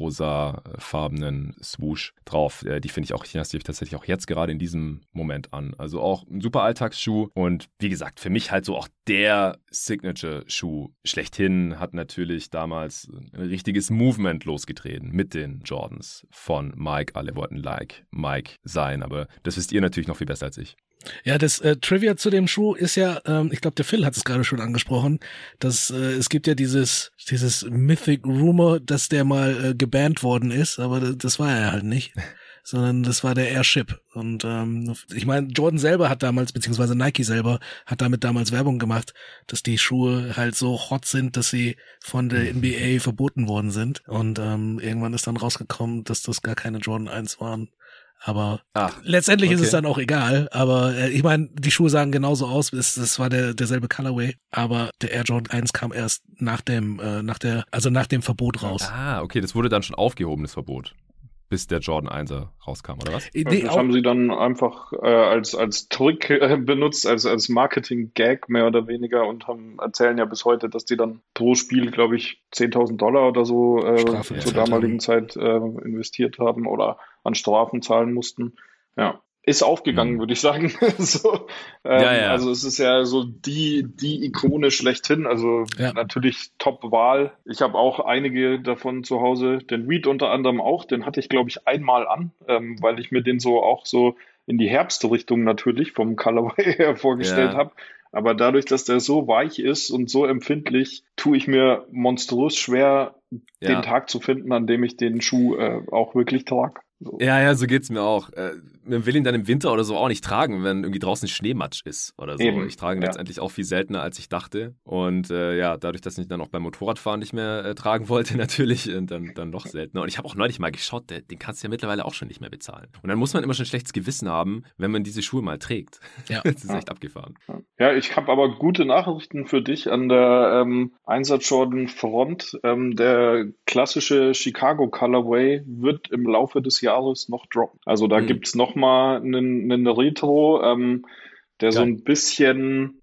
rosafarbenen Swoosh drauf. Äh, die finde ich auch, die habe ich tatsächlich auch jetzt gerade in diesem Moment an. Also auch ein super Alltagsschuh und wie gesagt, für mich halt so auch der Signature-Schuh schlechthin, hat natürlich damals ein richtiges Movement losgetreten mit den Jordans von Mike. Alle wollten like Mike sein, aber das wisst ihr natürlich noch viel besser als ich. Ja, das äh, Trivia zu dem Schuh ist ja, ähm, ich glaube, der Phil hat es gerade schon angesprochen, dass äh, es gibt ja dieses dieses Mythic Rumor, dass der mal äh, gebannt worden ist, aber das, das war er halt nicht, sondern das war der Airship. Und ähm, ich meine, Jordan selber hat damals, beziehungsweise Nike selber, hat damit damals Werbung gemacht, dass die Schuhe halt so hot sind, dass sie von der N B A verboten worden sind. Und ähm, irgendwann ist dann rausgekommen, dass das gar keine Jordan eins waren. Aber Ach, letztendlich okay. ist es dann auch egal. Aber äh, ich meine, die Schuhe sahen genauso aus. Es, das war der derselbe Colorway. Aber der Air Jordan eins kam erst nach dem, äh, nach der, also nach dem Verbot raus. Ah, okay, das wurde dann schon aufgehoben, das Verbot, bis der Jordan einser rauskam, oder was? Also das haben sie dann einfach äh, als als Trick äh, benutzt, als als Marketing-Gag mehr oder weniger und haben erzählen ja bis heute, dass die dann pro Spiel, glaube ich, zehntausend Dollar oder so äh, Strafe, zur ja, damaligen Zeit äh, investiert haben oder an Strafen zahlen mussten. Ja. Ist aufgegangen, mhm. würde ich sagen. so, ähm, ja, ja. Also es ist ja so die die Ikone schlechthin. Also ja. natürlich Top-Wahl. Ich habe auch einige davon zu Hause. Den Reed unter anderem auch. Den hatte ich, glaube ich, einmal an, ähm, weil ich mir den so auch so in die Herbstrichtung natürlich vom Colorway her vorgestellt ja. habe. Aber dadurch, dass der so weich ist und so empfindlich, tue ich mir monströs schwer, ja. den Tag zu finden, an dem ich den Schuh äh, auch wirklich trage. So. Ja, ja, so geht's mir auch. Äh, man will ihn dann im Winter oder so auch nicht tragen, wenn irgendwie draußen Schneematsch ist oder so. Eben. Ich trage ihn ja. letztendlich auch viel seltener, als ich dachte. Und äh, ja, dadurch, dass ich ihn dann auch beim Motorradfahren nicht mehr äh, tragen wollte, natürlich, und dann, dann noch seltener. Und ich habe auch neulich mal geschaut, der, den kannst du ja mittlerweile auch schon nicht mehr bezahlen. Und dann muss man immer schon ein schlechtes Gewissen haben, wenn man diese Schuhe mal trägt. Ja. Das ist ja. echt abgefahren. Ja, ich habe aber gute Nachrichten für dich an der ähm, Einsatz Jordan Front. Ähm, der klassische Chicago Colorway wird im Laufe des Jahres noch droppen. Also da mhm. gibt's noch mal einen, einen Retro, ähm, der Geil. so ein bisschen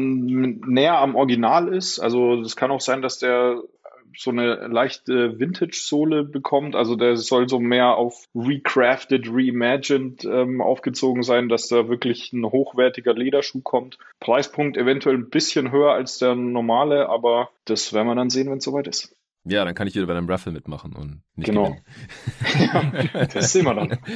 m, näher am Original ist. Also das kann auch sein, dass der so eine leichte Vintage-Sohle bekommt. Also der soll so mehr auf recrafted, reimagined ähm, aufgezogen sein, dass da wirklich ein hochwertiger Lederschuh kommt. Preispunkt eventuell ein bisschen höher als der normale, aber das werden wir dann sehen, wenn es soweit ist. Ja, dann kann ich wieder bei einem Raffle mitmachen und nicht genau. gewinnen. Ja, das sehen wir dann.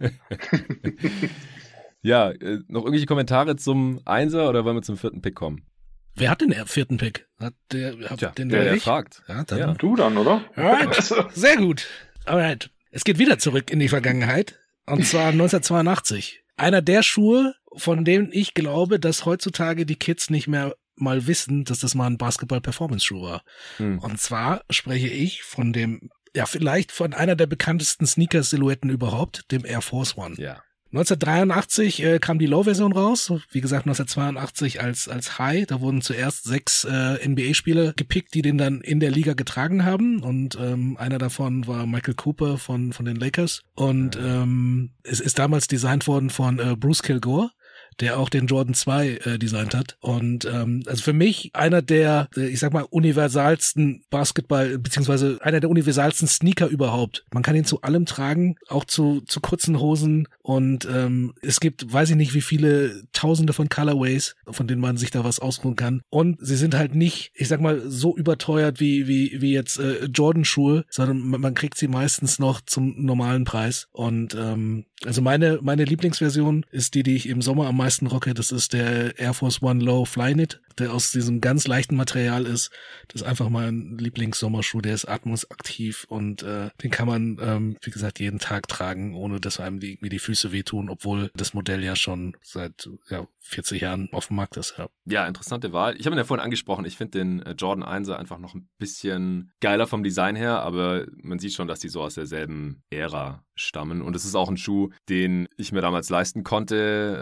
Ja, äh, noch irgendwelche Kommentare zum Einser oder wollen wir zum vierten Pick kommen? Wer hat den vierten Pick? Hat der, hat Tja, den der, der, der fragt. Ja, dann ja. Du dann, oder? Alright, sehr gut. Alright. Es geht wieder zurück in die Vergangenheit. Und zwar neunzehnhundertzweiundachtzig. Einer der Schuhe, von denen ich glaube, dass heutzutage die Kids nicht mehr mal wissen, dass das mal ein Basketball-Performance-Schuh war. Hm. Und zwar spreche ich von dem, ja, vielleicht von einer der bekanntesten Sneaker-Silhouetten überhaupt, dem Air Force One. Ja. neunzehnhundertdreiundachtzig äh, kam die Low-Version raus, wie gesagt neunzehnhundertzweiundachtzig als als High. Da wurden zuerst sechs äh, N B A-Spieler gepickt, die den dann in der Liga getragen haben. Und ähm, einer davon war Michael Cooper von von den Lakers. Und ähm, es ist damals designt worden von äh, Bruce Kilgore, der auch den Jordan zwei äh, designt hat. Und ähm, also für mich einer der, äh, ich sag mal, universalsten Basketball, beziehungsweise einer der universalsten Sneaker überhaupt. Man kann ihn zu allem tragen, auch zu zu kurzen Hosen. Und ähm, es gibt, weiß ich nicht, wie viele Tausende von Colorways, von denen man sich da was ausruhen kann. Und sie sind halt nicht, ich sag mal, so überteuert wie wie wie jetzt äh, Jordan-Schuhe, sondern man, man kriegt sie meistens noch zum normalen Preis. Und ähm, also meine meine Lieblingsversion ist die, die ich im Sommer am meisten rocke. Das ist der Air Force One Low Flyknit, der aus diesem ganz leichten Material ist. Das ist einfach mein Lieblingssommerschuh. Der ist atmungsaktiv und äh, den kann man, ähm, wie gesagt, jeden Tag tragen, ohne dass einem die, irgendwie die Füße wehtun, obwohl das Modell ja schon seit ja, vierzig Jahren auf dem Markt ist. Ja, ja, interessante Wahl. Ich habe ihn ja vorhin angesprochen. Ich finde den Jordan einser einfach noch ein bisschen geiler vom Design her, aber man sieht schon, dass die so aus derselben Ära stammen. Und es ist auch ein Schuh, den ich mir damals leisten konnte, äh, gerade so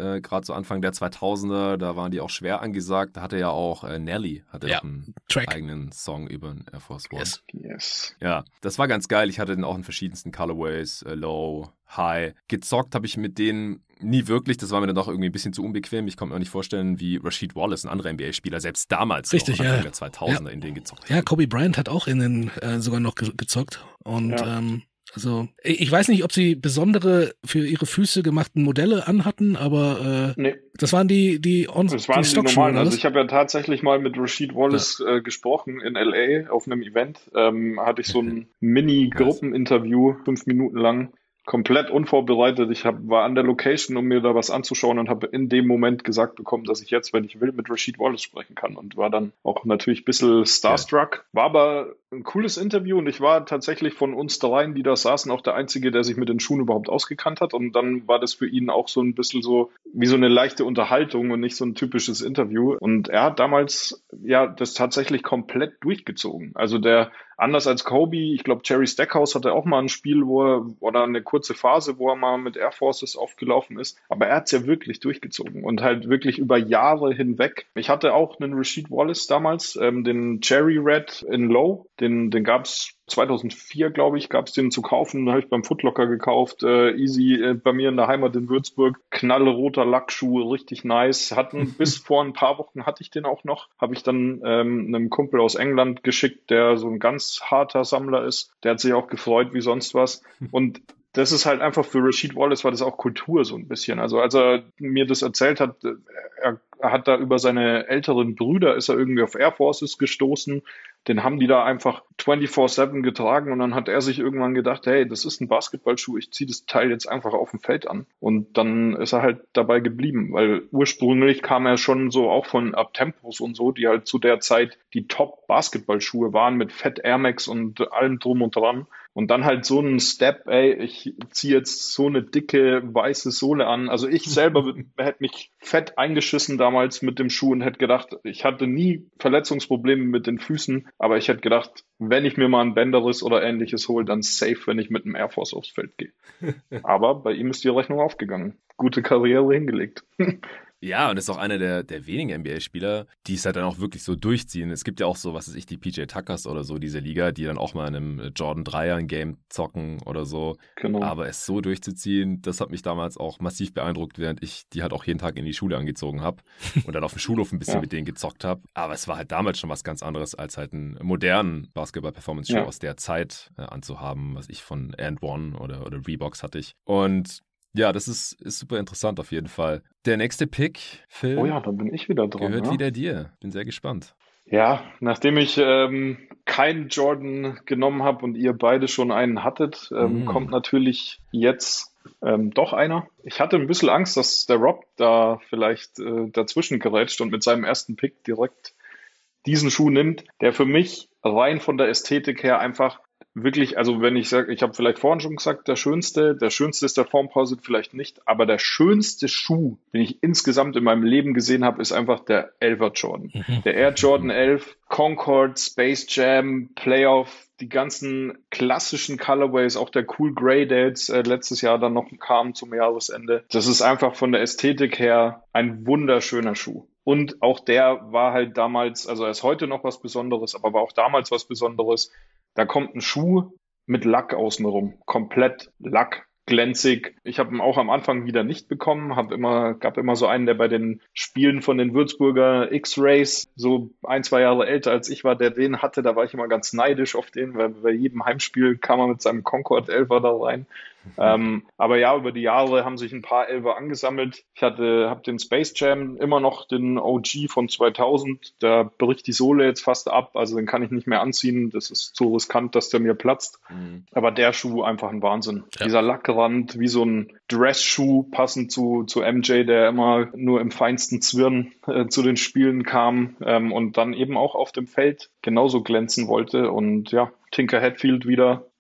zu Anfang der zweitausender, da waren die auch schwer angesagt. Da hatte ja auch äh, Nelly hatte ja. einen Track. eigenen Song über den Air Force One. Yes. Yes. Ja, das war ganz geil. Ich hatte den auch in verschiedensten Colorways, äh, Low, High. Gezockt habe ich mit denen nie wirklich. Das war mir dann doch irgendwie ein bisschen zu unbequem. Ich konnte mir auch nicht vorstellen, wie Rasheed Wallace, ein anderer N B A-Spieler, selbst damals Richtig, noch, Anfang ja. der zweitausender ja. in denen gezockt hat. Ja, Kobe Bryant hat auch in den äh, sogar noch ge- gezockt. Und ja. ähm, also ich weiß nicht, ob sie besondere für ihre Füße gemachten Modelle anhatten, aber äh, nee. das waren die die on Das waren die, die normalen. Also ich habe ja tatsächlich mal mit Rasheed Wallace ja. äh, gesprochen in L A auf einem Event. Ähm, hatte ich so ein Mini-Gruppeninterview, fünf Minuten lang. Komplett unvorbereitet. Ich hab, war an der Location, um mir da was anzuschauen und habe in dem Moment gesagt bekommen, dass ich jetzt, wenn ich will, mit Rasheed Wallace sprechen kann und war dann auch natürlich ein bisschen starstruck. War aber ein cooles Interview und ich war tatsächlich von uns dreien, die da saßen, auch der Einzige, der sich mit den Schuhen überhaupt ausgekannt hat und dann war das für ihn auch so ein bisschen so wie so eine leichte Unterhaltung und nicht so ein typisches Interview und er hat damals ja das tatsächlich komplett durchgezogen. Also der anders als Kobe, ich glaube, Jerry Stackhouse hatte auch mal ein Spiel, wo er, oder eine kurze Phase, wo er mal mit Air Forces aufgelaufen ist. Aber er hat es ja wirklich durchgezogen und halt wirklich über Jahre hinweg. Ich hatte auch einen Rasheed Wallace damals, ähm, den Cherry Red in Low. Den, den gab es zweitausendvier, glaube ich, gab es den zu kaufen. Den habe ich beim Footlocker gekauft. Äh, easy äh, bei mir in der Heimat in Würzburg. Knallroter Lackschuh, richtig nice. Hatten bis vor ein paar Wochen hatte ich den auch noch. Habe ich dann ähm, einem Kumpel aus England geschickt, der so ein ganz harter Sammler ist. Der hat sich auch gefreut wie sonst was. Und das ist halt einfach für Rasheed Wallace war das auch Kultur so ein bisschen. Also als er mir das erzählt hat, er, er hat da über seine älteren Brüder, ist er irgendwie auf Air Forces gestoßen. Den haben die da einfach vierundzwanzig sieben getragen und dann hat er sich irgendwann gedacht, hey, das ist ein Basketballschuh, ich ziehe das Teil jetzt einfach auf dem Feld an. Und dann ist er halt dabei geblieben, weil ursprünglich kam er schon so auch von Uptempos und so, die halt zu der Zeit die Top-Basketballschuhe waren mit Fett Air Max und allem drum und dran. Und dann halt so ein Step, ey, ich ziehe jetzt so eine dicke weiße Sohle an. Also ich selber hätte mich fett eingeschissen damals mit dem Schuh und hätte gedacht, ich hatte nie Verletzungsprobleme mit den Füßen, aber ich hätte gedacht, wenn ich mir mal einen Bänderriss oder ähnliches hole, dann safe, wenn ich mit einem Air Force aufs Feld gehe. Aber bei ihm ist die Rechnung aufgegangen. Gute Karriere hingelegt. Ja, und ist auch einer der, der wenigen N B A-Spieler, die es halt dann auch wirklich so durchziehen. Es gibt ja auch so, was weiß ich, die P J Tuckers oder so, diese Liga, die dann auch mal in einem Jordan Dreier ein Game zocken oder so. Genau. Aber es so durchzuziehen, das hat mich damals auch massiv beeindruckt, während ich die halt auch jeden Tag in die Schule angezogen habe und dann auf dem Schulhof ein bisschen ja. mit denen gezockt habe. Aber es war halt damals schon was ganz anderes, als halt einen modernen Basketball-Performance-Show ja. aus der Zeit äh, anzuhaben, was ich von And One oder, oder Reeboks hatte ich. Und ja, das ist, ist super interessant auf jeden Fall. Der nächste Pick, Phil, oh ja, da bin ich wieder dran. Gehört ja. wieder dir. Bin sehr gespannt. Ja, nachdem ich ähm, keinen Jordan genommen habe und ihr beide schon einen hattet, ähm, mm. kommt natürlich jetzt ähm, doch einer. Ich hatte ein bisschen Angst, dass der Rob da vielleicht äh, dazwischen gerätscht und mit seinem ersten Pick direkt diesen Schuh nimmt, der für mich rein von der Ästhetik her einfach wirklich, also wenn ich sage, ich habe vielleicht vorhin schon gesagt, der schönste, der schönste ist der Formposite vielleicht nicht, aber der schönste Schuh, den ich insgesamt in meinem Leben gesehen habe, ist einfach der elfer Jordan. Mhm. Der Air Jordan elf, Concord, Space Jam, Playoff, die ganzen klassischen Colorways, auch der Cool Grey, der jetzt äh, letztes Jahr dann noch kam zum Jahresende. Das ist einfach von der Ästhetik her ein wunderschöner Schuh. Und auch der war halt damals, also er ist heute noch was Besonderes, aber war auch damals was Besonderes. Da kommt ein Schuh mit Lack außenrum, komplett Lack, glänzig. Ich habe ihn auch am Anfang wieder nicht bekommen, habe immer, gab immer so einen, der bei den Spielen von den Würzburger X-Rays, so ein, zwei Jahre älter als ich war, der den hatte. Da war ich immer ganz neidisch auf den, weil bei jedem Heimspiel kam er mit seinem Concord Elfer da rein. Ähm, aber ja, über die Jahre haben sich ein paar Elfer angesammelt. Ich hatte, habe den Space Jam immer noch, den O G von zweitausend. Da bricht die Sohle jetzt fast ab, also den kann ich nicht mehr anziehen. Das ist zu riskant, dass der mir platzt. Mhm. Aber der Schuh einfach ein Wahnsinn. Ja. Dieser Lackrand, wie so ein Dress-Schuh, passend zu, zu M J, der immer nur im feinsten Zwirn äh, zu den Spielen kam ähm, und dann eben auch auf dem Feld genauso glänzen wollte. Und ja, Tinker Hatfield wieder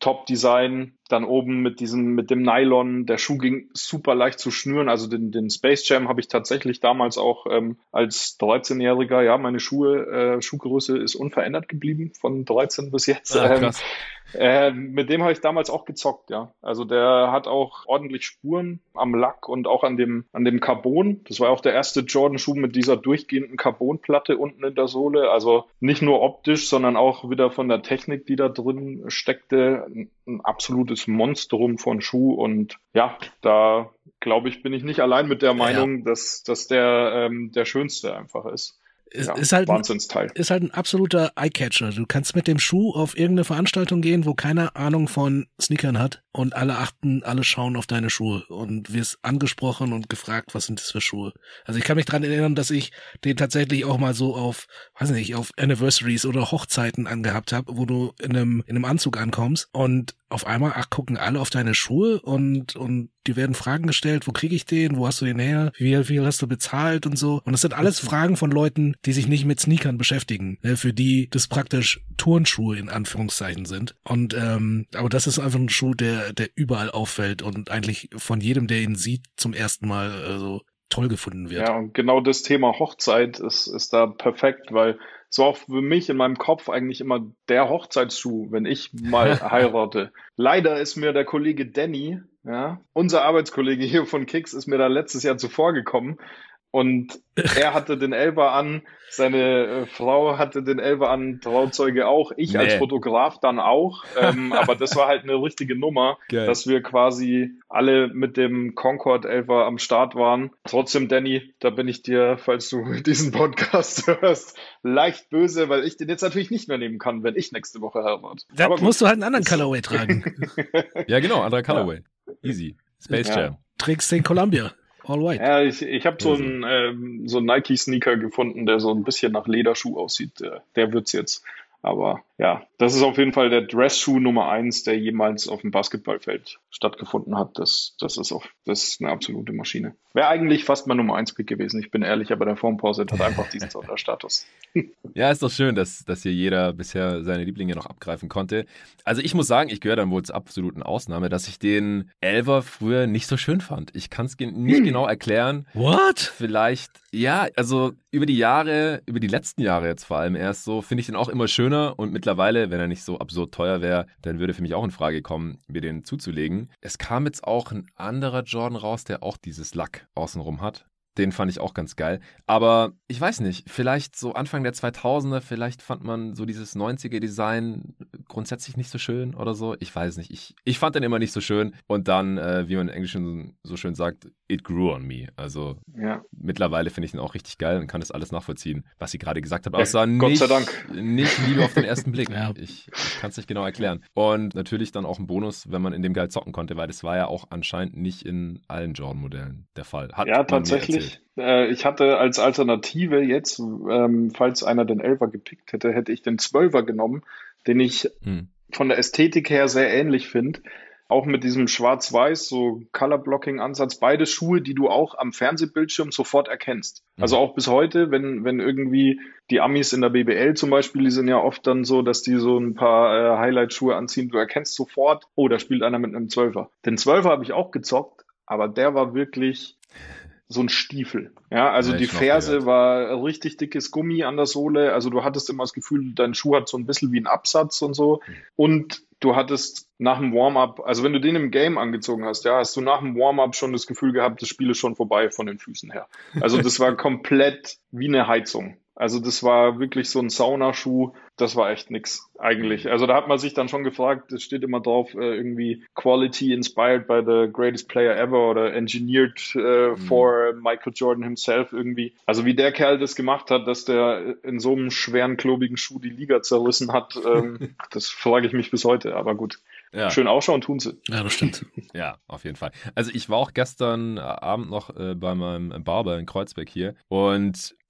Top-Design, dann oben mit diesem, mit dem Nylon, der Schuh ging super leicht zu schnüren, also den, den Space Jam habe ich tatsächlich damals auch ähm, als dreizehnjähriger, ja, meine Schuhe, äh, Schuhgröße ist unverändert geblieben von dreizehn bis jetzt. Ah, ähm, krass. äh, mit dem habe ich damals auch gezockt, ja. Also der hat auch ordentlich Spuren am Lack und auch an dem, an dem Carbon. Das war auch der erste Jordan-Schuh mit dieser durchgehenden Carbonplatte unten in der Sohle. Also nicht nur optisch, sondern auch wieder von der Technik, die da drin steckte. Ein, ein absolutes Monstrum von Schuh. Und ja, da glaube ich, bin ich nicht allein mit der Meinung, ja. dass, dass der ähm, der schönste einfach ist. Ist, ja, ist, halt Wahnsinnsteil. Ein, ist halt ein absoluter Eyecatcher. Du kannst mit dem Schuh auf irgendeine Veranstaltung gehen, wo keiner Ahnung von Sneakern hat und alle achten, alle schauen auf deine Schuhe und wirst angesprochen und gefragt, was sind das für Schuhe. Also ich kann mich dran erinnern, dass ich den tatsächlich auch mal so auf, weiß nicht, auf Anniversaries oder Hochzeiten angehabt habe, wo du in einem, in einem Anzug ankommst und auf einmal, ach, gucken alle auf deine Schuhe und, und die werden Fragen gestellt, wo kriege ich den, wo hast du den her, wie wie viel hast du bezahlt und so. Und das sind alles Fragen von Leuten, die sich nicht mit Sneakern beschäftigen, ne, für die das praktisch Turnschuhe in Anführungszeichen sind. Und ähm, aber das ist einfach ein Schuh, der der überall auffällt und eigentlich von jedem, der ihn sieht, zum ersten Mal äh, so toll gefunden wird. Ja, und genau das Thema Hochzeit ist ist da perfekt, weil es war auch für mich in meinem Kopf eigentlich immer der Hochzeitsschuh, wenn ich mal heirate. Leider ist mir der Kollege Danny, ja, unser Arbeitskollege hier von Kicks, ist mir da letztes Jahr zuvor gekommen. Und er hatte den Elfer an, seine äh, Frau hatte den Elfer an, Trauzeuge auch, ich nee. als Fotograf dann auch. Ähm, aber das war halt eine richtige Nummer, Geil. dass wir quasi alle mit dem Concord Elfer am Start waren. Trotzdem, Danny, da bin ich dir, falls du diesen Podcast hörst, leicht böse, weil ich den jetzt natürlich nicht mehr nehmen kann, wenn ich nächste Woche heirate. Da musst du halt einen anderen Colorway tragen. Ja, genau, anderer Colorway. Ja. Easy. Space ja. Jam. Trägst den Columbia. All white. Ja, ich, ich habe so einen ähm, so einen Nike-Sneaker gefunden, der so ein bisschen nach Lederschuh aussieht. Der, der wird's jetzt. Aber ja, das ist auf jeden Fall der Dress-Schuh Nummer eins, der jemals auf dem Basketballfeld stattgefunden hat. Das, das ist auch, das ist eine absolute Maschine. Wäre eigentlich fast mein Nummer eins Pick gewesen. Ich bin ehrlich, aber der Formposit hat einfach diesen Sonderstatus. Ja, ist doch schön, dass, dass hier jeder bisher seine Lieblinge noch abgreifen konnte. Also ich muss sagen, ich gehöre dann wohl zur absoluten Ausnahme, dass ich den Elfer früher nicht so schön fand. Ich kann es ge- nicht hm. genau erklären. What? Vielleicht, ja, also über die Jahre, über die letzten Jahre jetzt vor allem erst so, finde ich den auch immer schöner und mittlerweile, wenn er nicht so absurd teuer wäre, dann würde für mich auch in Frage kommen, mir den zuzulegen. Es kam jetzt auch ein anderer Jordan raus, der auch dieses Lack außenrum hat. Den fand ich auch ganz geil. Aber ich weiß nicht, vielleicht so Anfang der zweitausender, vielleicht fand man so dieses neunziger-Design grundsätzlich nicht so schön oder so. Ich weiß nicht. Ich, ich fand den immer nicht so schön. Und dann, äh, wie man im Englischen so schön sagt, it grew on me. Also ja. mittlerweile finde ich ihn auch richtig geil und kann das alles nachvollziehen, was sie gerade gesagt hat. Außer ja, Gott nicht, sei Dank. nicht Liebe auf den ersten Blick. Ja. Ich, ich kann es nicht genau erklären. Und natürlich dann auch ein Bonus, wenn man in dem geil zocken konnte, weil das war ja auch anscheinend nicht in allen Jordan-Modellen der Fall. Hat ja, tatsächlich. Ich hatte als Alternative jetzt, ähm, falls einer den Elfer gepickt hätte, hätte ich den Zwölfer genommen, den ich hm. von der Ästhetik her sehr ähnlich finde. Auch mit diesem Schwarz-Weiß, so Color-Blocking-Ansatz. Beide Schuhe, die du auch am Fernsehbildschirm sofort erkennst. Mhm. Also auch bis heute, wenn wenn irgendwie die Amis in der B B L zum Beispiel, die sind ja oft dann so, dass die so ein paar äh, Highlight-Schuhe anziehen. Du erkennst sofort, oh, da spielt einer mit einem Zwölfer. Den Zwölfer habe ich auch gezockt, aber der war wirklich so ein Stiefel. Ja, also ja, die Ferse war richtig dickes Gummi an der Sohle. Also du hattest immer das Gefühl, dein Schuh hat so ein bisschen wie einen Absatz und so. Und du hattest nach dem Warm-up, also wenn du den im Game angezogen hast, ja, hast du nach dem Warm-up schon das Gefühl gehabt, das Spiel ist schon vorbei von den Füßen her. Also das war komplett wie eine Heizung. Also das war wirklich so ein Saunaschuh, das war echt nix eigentlich. Also da hat man sich dann schon gefragt, es steht immer drauf, äh, irgendwie Quality inspired by the greatest player ever oder engineered äh, for Michael Jordan himself irgendwie. Also wie der Kerl das gemacht hat, dass der in so einem schweren, klobigen Schuh die Liga zerrissen hat, ähm, das frage ich mich bis heute, aber gut. Ja. Schön ausschauen tun sie. Ja, das stimmt. Ja, auf jeden Fall. Also ich war auch gestern Abend noch äh, bei meinem Barber in Kreuzberg hier und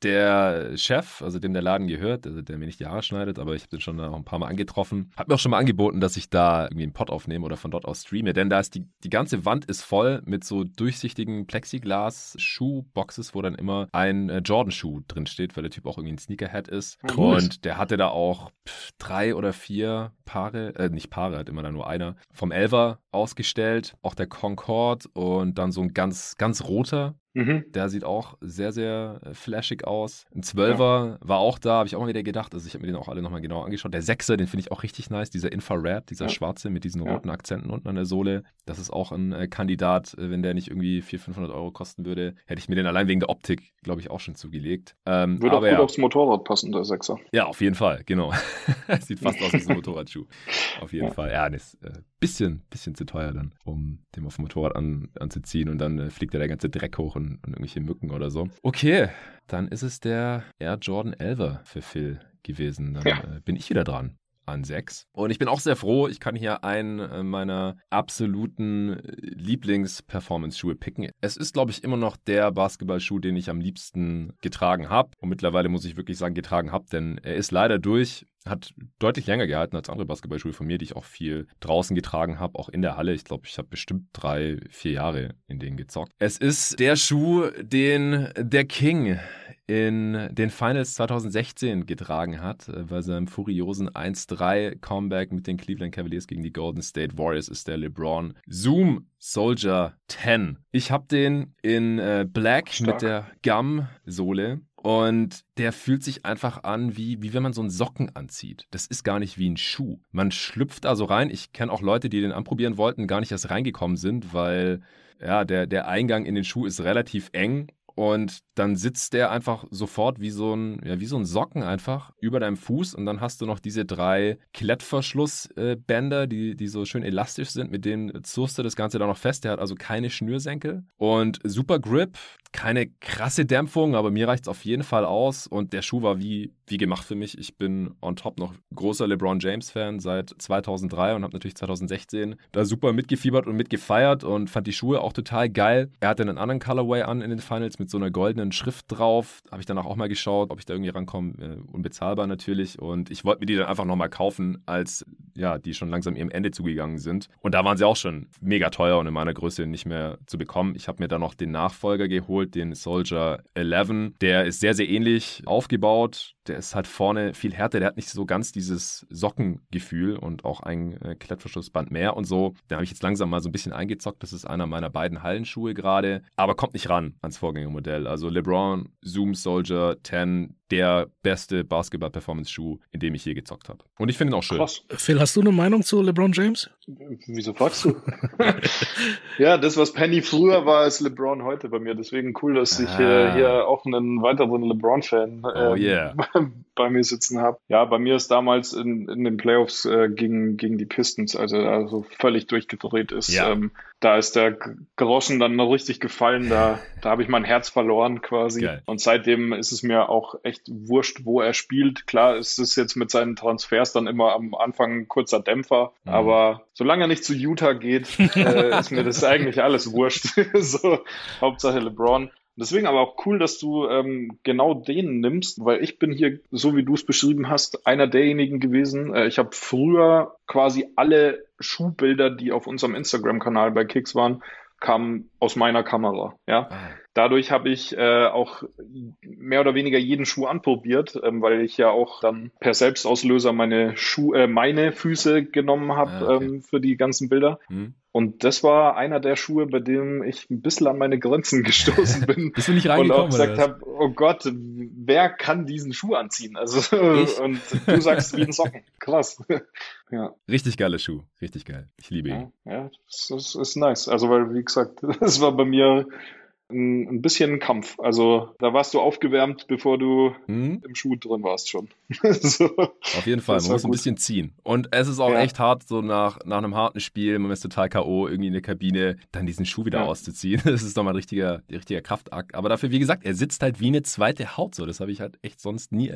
der Chef, also dem der Laden gehört, also der mir nicht die Haare schneidet, aber ich habe den schon noch ein paar Mal angetroffen, hat mir auch schon mal angeboten, dass ich da irgendwie einen Pod aufnehme oder von dort aus streame, denn da ist die, die ganze Wand ist voll mit so durchsichtigen Plexiglas-Schuhboxes, wo dann immer ein äh, Jordan-Schuh drin steht, weil der Typ auch irgendwie ein Sneakerhead ist. Cool. Und der hatte da auch pff, drei oder vier Paare, äh, nicht Paare, hat immer da nur einer, vom Elfer ausgestellt, auch der Concorde und dann so ein ganz, ganz roter. Mhm. Der sieht auch sehr, sehr äh, flashig aus. Ein Zwölfer ja. war auch da, habe ich auch mal wieder gedacht. Also ich habe mir den auch alle nochmal genau angeschaut. Der Sechser, den finde ich auch richtig nice. Dieser Infrared, dieser ja. schwarze mit diesen roten ja. Akzenten unten an der Sohle. Das ist auch ein äh, Kandidat. Äh, wenn der nicht irgendwie vierhundert, fünfhundert Euro kosten würde, hätte ich mir den allein wegen der Optik, glaube ich, auch schon zugelegt. Ähm, würde aber auch gut ja. aufs Motorrad passen, der Sechser. Ja, auf jeden Fall, genau. Sieht fast aus wie so ein Motorradschuh. Auf jeden ja. Fall. Ja, das ist ein äh, bisschen, bisschen zu teuer dann, um den auf dem Motorrad an, anzuziehen. Und dann äh, fliegt da der ganze Dreck hoch und, und irgendwelche Mücken oder so. Okay, dann ist es der Air Jordan elfer für Phil gewesen. Dann ja. äh, bin ich wieder dran an sechs. Und ich bin auch sehr froh, ich kann hier einen äh, meiner absoluten Lieblings-Performance-Schuhe picken. Es ist, glaube ich, immer noch der Basketballschuh, den ich am liebsten getragen habe. Und mittlerweile muss ich wirklich sagen, getragen habe, denn er ist leider durch. Hat deutlich länger gehalten als andere Basketballschuhe von mir, die ich auch viel draußen getragen habe, auch in der Halle. Ich glaube, ich habe bestimmt drei, vier Jahre in denen gezockt. Es ist der Schuh, den der King in den Finals zwanzig sechzehn getragen hat. Bei seinem furiosen eins drei Comeback mit den Cleveland Cavaliers gegen die Golden State Warriors ist der LeBron Zoom Soldier zehn. Ich habe den in äh, Black Stark. Mit der Gum-Sohle. Und der fühlt sich einfach an, wie, wie wenn man so einen Socken anzieht. Das ist gar nicht wie ein Schuh. Man schlüpft da so rein. Ich kenne auch Leute, die den anprobieren wollten, gar nicht erst reingekommen sind, weil ja, der, der Eingang in den Schuh ist relativ eng. Und dann sitzt der einfach sofort wie so ein, ja, wie so ein Socken einfach über deinem Fuß. Und dann hast du noch diese drei Klettverschlussbänder, die, die so schön elastisch sind. Mit denen zurst du das Ganze dann noch fest. Der hat also keine Schnürsenkel. Und super Grip, keine krasse Dämpfung, aber mir reicht es auf jeden Fall aus. Und der Schuh war wie, wie gemacht für mich. Ich bin on top noch großer LeBron James-Fan seit zweitausenddrei und habe natürlich zwanzig sechzehn da super mitgefiebert und mitgefeiert und fand die Schuhe auch total geil. Er hatte einen anderen Colorway an in den Finals mit so einer goldenen Schrift drauf. Habe ich danach auch mal geschaut, ob ich da irgendwie rankomme. Äh, unbezahlbar natürlich. Und ich wollte mir die dann einfach nochmal kaufen, als ja, die schon langsam ihrem Ende zugegangen sind. Und da waren sie auch schon mega teuer und in meiner Größe nicht mehr zu bekommen. Ich habe mir dann noch den Nachfolger geholt, den Soldier elf. Der ist sehr, sehr ähnlich aufgebaut. Der ist halt vorne viel härter. Der hat nicht so ganz dieses Sockengefühl und auch ein äh, Klettverschlussband mehr und so. Da habe ich jetzt langsam mal so ein bisschen eingezockt. Das ist einer meiner beiden Hallenschuhe gerade. Aber kommt nicht ran ans Vorgängermodell. Also LeBron Zoom Soldier zehn, der beste Basketball-Performance-Schuh, in dem ich je gezockt habe. Und ich finde ihn auch schön. Krass. Phil, hast du eine Meinung zu LeBron James? Wieso fragst du? Ja, das, was Penny früher war, ist LeBron heute bei mir. Deswegen cool, dass ich ah. äh, hier auch einen weiteren LeBron-Fan äh, oh, yeah. bei mir sitzen habe. Ja, bei mir ist damals in, in den Playoffs äh, gegen, gegen die Pistons, also also völlig durchgedreht ist. Ja. Ähm, da ist der Groschen dann noch richtig gefallen. Da, da habe ich mein Herz verloren quasi. Geil. Und seitdem ist es mir auch echt wurscht, wo er spielt. Klar ist es jetzt mit seinen Transfers dann immer am Anfang ein kurzer Dämpfer. Mhm. Aber solange er nicht zu Utah geht, äh, ist mir das eigentlich alles wurscht. So, Hauptsache LeBron. Deswegen aber auch cool, dass du ähm, genau den nimmst, weil ich bin hier, so wie du es beschrieben hast, einer derjenigen gewesen. Äh, ich habe früher quasi alle Schuhbilder, die auf unserem Instagram-Kanal bei Kicks waren, kamen aus meiner Kamera. Ja, ah. Dadurch habe ich äh, auch mehr oder weniger jeden Schuh anprobiert, ähm, weil ich ja auch dann per Selbstauslöser meine Schuhe, äh, meine Füße genommen habe ah, okay. ähm, für die ganzen Bilder. Hm. Und das war einer der Schuhe, bei dem ich ein bisschen an meine Grenzen gestoßen bin. Bist du nicht reingekommen? Und auch gesagt habe, oh Gott, wer kann diesen Schuh anziehen? Also ich? Und du sagst wie ein Socken. Krass. Ja. Richtig geiler Schuh. Richtig geil. Ich liebe ihn. Ja, ja, das ist, ist nice. Also weil, wie gesagt, das war bei mir ein, ein bisschen ein Kampf. Also da warst du aufgewärmt, bevor du hm? im Schuh drin warst schon. So. Auf jeden Fall, man muss gut. ein bisschen ziehen. Und es ist auch ja. echt hart, so nach, nach einem harten Spiel, man ist total K O, irgendwie in der Kabine, dann diesen Schuh wieder ja. auszuziehen. Das ist nochmal ein richtiger, richtiger Kraftakt. Aber dafür, wie gesagt, er sitzt halt wie eine zweite Haut so. Das habe ich halt echt sonst nie erlebt.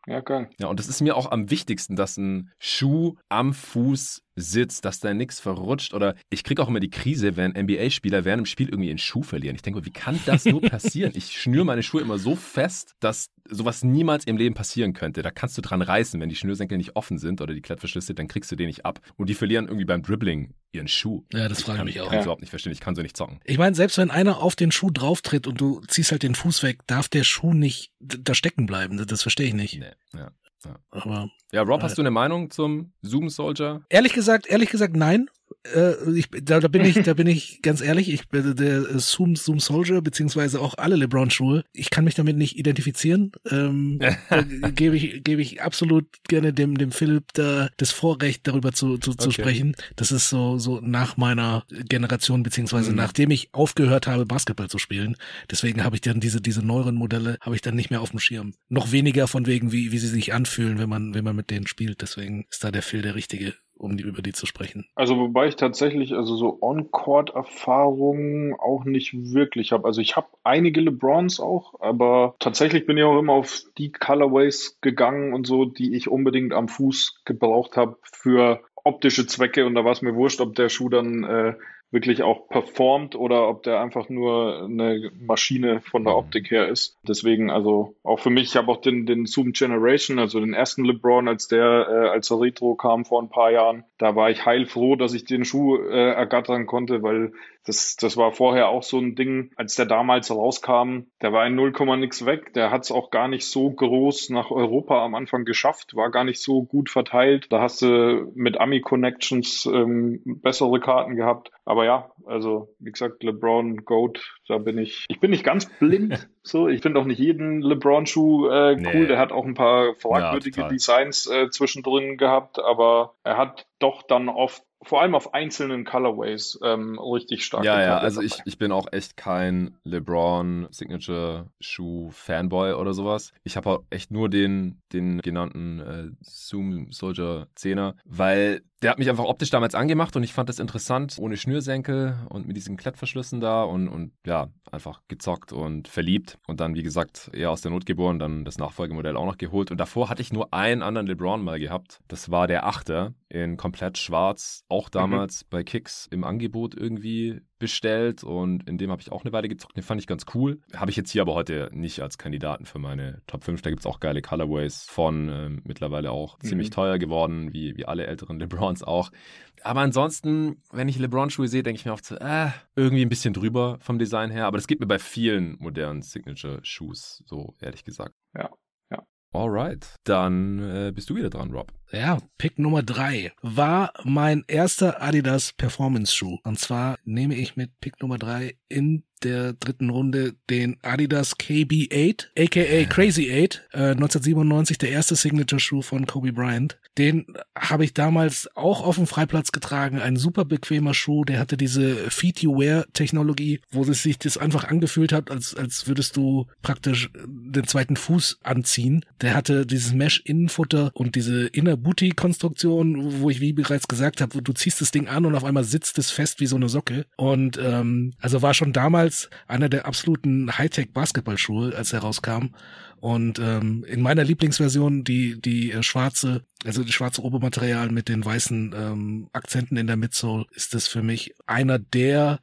Ja, geil. Ja, und das ist mir auch am wichtigsten, dass ein Schuh am Fuß sitzt, dass da nichts verrutscht. Oder ich kriege auch immer die Krise, wenn N B A-Spieler während dem Spiel irgendwie ihren Schuh verlieren. Ich denke, wie kann das nur passieren? Ich schnüre meine Schuhe immer so fest, dass sowas niemals im Leben passieren könnte. Da kannst du dran reißen. Wenn die Schnürsenkel nicht offen sind oder die Klettverschlüsse, dann kriegst du den nicht ab. Und die verlieren irgendwie beim Dribbling ihren Schuh. Ja, das frage ich mich auch. Ich kann es überhaupt nicht verstehen. Ich kann so nicht zocken. Ich meine, selbst wenn einer auf den Schuh drauftritt und du ziehst halt den Fuß weg, darf der Schuh nicht da stecken bleiben. Das verstehe ich nicht. Nee, ja. Ja. Aber, ja, Rob, äh, hast du eine Meinung zum Zoom Soldier? Ehrlich gesagt, ehrlich gesagt, nein. Äh, ich, da, da bin ich, da bin ich ganz ehrlich. Ich bin der äh, Zoom, Zoom Soldier beziehungsweise auch alle LeBron-Schuhe. Ich kann mich damit nicht identifizieren. Ähm, da gebe ich, gebe ich absolut gerne dem, dem Philipp da das Vorrecht, darüber zu, zu, zu Okay. sprechen. Das ist so, so nach meiner Generation beziehungsweise Mhm. nachdem ich aufgehört habe, Basketball zu spielen. Deswegen habe ich dann diese, diese neueren Modelle habe ich dann nicht mehr auf dem Schirm. Noch weniger von wegen, wie, wie sie sich anfühlen, wenn man, wenn man mit denen spielt. Deswegen ist da der Phil der Richtige, um die, über die zu sprechen. Also wobei ich tatsächlich also so On-Court-Erfahrungen auch nicht wirklich habe. Also ich habe einige LeBrons auch, aber tatsächlich bin ich auch immer auf die Colorways gegangen und so, die ich unbedingt am Fuß gebraucht habe für optische Zwecke, und da war es mir wurscht, ob der Schuh dann äh, wirklich auch performt oder ob der einfach nur eine Maschine von der Optik her ist. Deswegen, also auch für mich, ich habe auch den, den Zoom Generation, also den ersten LeBron, als der, äh, als er Retro kam vor ein paar Jahren, da war ich heilfroh, dass ich den Schuh äh, ergattern konnte, weil das, das war vorher auch so ein Ding, als der damals rauskam, der war in null Komma nix weg, der hat es auch gar nicht so groß nach Europa am Anfang geschafft, war gar nicht so gut verteilt. Da hast du mit Ami-Connections ähm, bessere Karten gehabt. Aber ja, also wie gesagt, LeBron, GOAT, da bin ich, ich bin nicht ganz blind, so, ich finde auch nicht jeden LeBron-Schuh äh, cool, Nee. der hat auch ein paar fragwürdige Ja, total. Designs äh, zwischendrin gehabt, aber er hat doch dann oft, vor allem auf einzelnen Colorways, ähm, richtig starke Ja, ja, Teile also ich, dabei. ich bin auch echt kein LeBron Signature Shoe Fanboy oder sowas. Ich habe auch echt nur den, den genannten äh, Zoom Soldier Zehner, weil der hat mich einfach optisch damals angemacht und ich fand das interessant, ohne Schnürsenkel und mit diesen Klettverschlüssen da und, und ja, einfach gezockt und verliebt und dann, wie gesagt, eher aus der Not geboren, dann das Nachfolgemodell auch noch geholt und davor hatte ich nur einen anderen LeBron mal gehabt. Das war der Achter in komplett schwarz, auch damals bei Kicks im Angebot irgendwie bestellt und in dem habe ich auch eine Weile gezockt. Den fand ich ganz cool. Habe ich jetzt hier aber heute nicht als Kandidaten für meine Top fünf. Da gibt es auch geile Colorways von ähm, mittlerweile auch Mhm. ziemlich teuer geworden, wie, wie alle älteren LeBrons auch. Aber ansonsten, wenn ich LeBron-Schuhe sehe, denke ich mir oft so, äh, irgendwie ein bisschen drüber vom Design her. Aber das geht mir bei vielen modernen Signature-Shoes, so ehrlich gesagt. Ja, ja. Alright, dann äh, bist du wieder dran, Rob. Ja, Pick Nummer drei war mein erster Adidas Performance Schuh. Und zwar nehme ich mit Pick Nummer drei in der dritten Runde den Adidas K B acht, aka Crazy acht, äh, neunzehnhundertsiebenundneunzig, der erste Signature-Schuh von Kobe Bryant. Den habe ich damals auch auf dem Freiplatz getragen. Ein super bequemer Schuh, der hatte diese Feet-You-Wear-Technologie, wo es sich das einfach angefühlt hat, als, als würdest du praktisch den zweiten Fuß anziehen. Der hatte dieses Mesh-Innenfutter und diese Inner-Booty-Konstruktion, wo ich, wie bereits gesagt habe, du ziehst das Ding an und auf einmal sitzt es fest wie so eine Socke. Und ähm, also war schon damals einer der absoluten Hightech-Basketballschuhe, als er rauskam. Und ähm, in meiner Lieblingsversion, die die äh, schwarze, also die schwarze Obermaterial mit den weißen ähm, Akzenten in der Midsole, ist das für mich einer der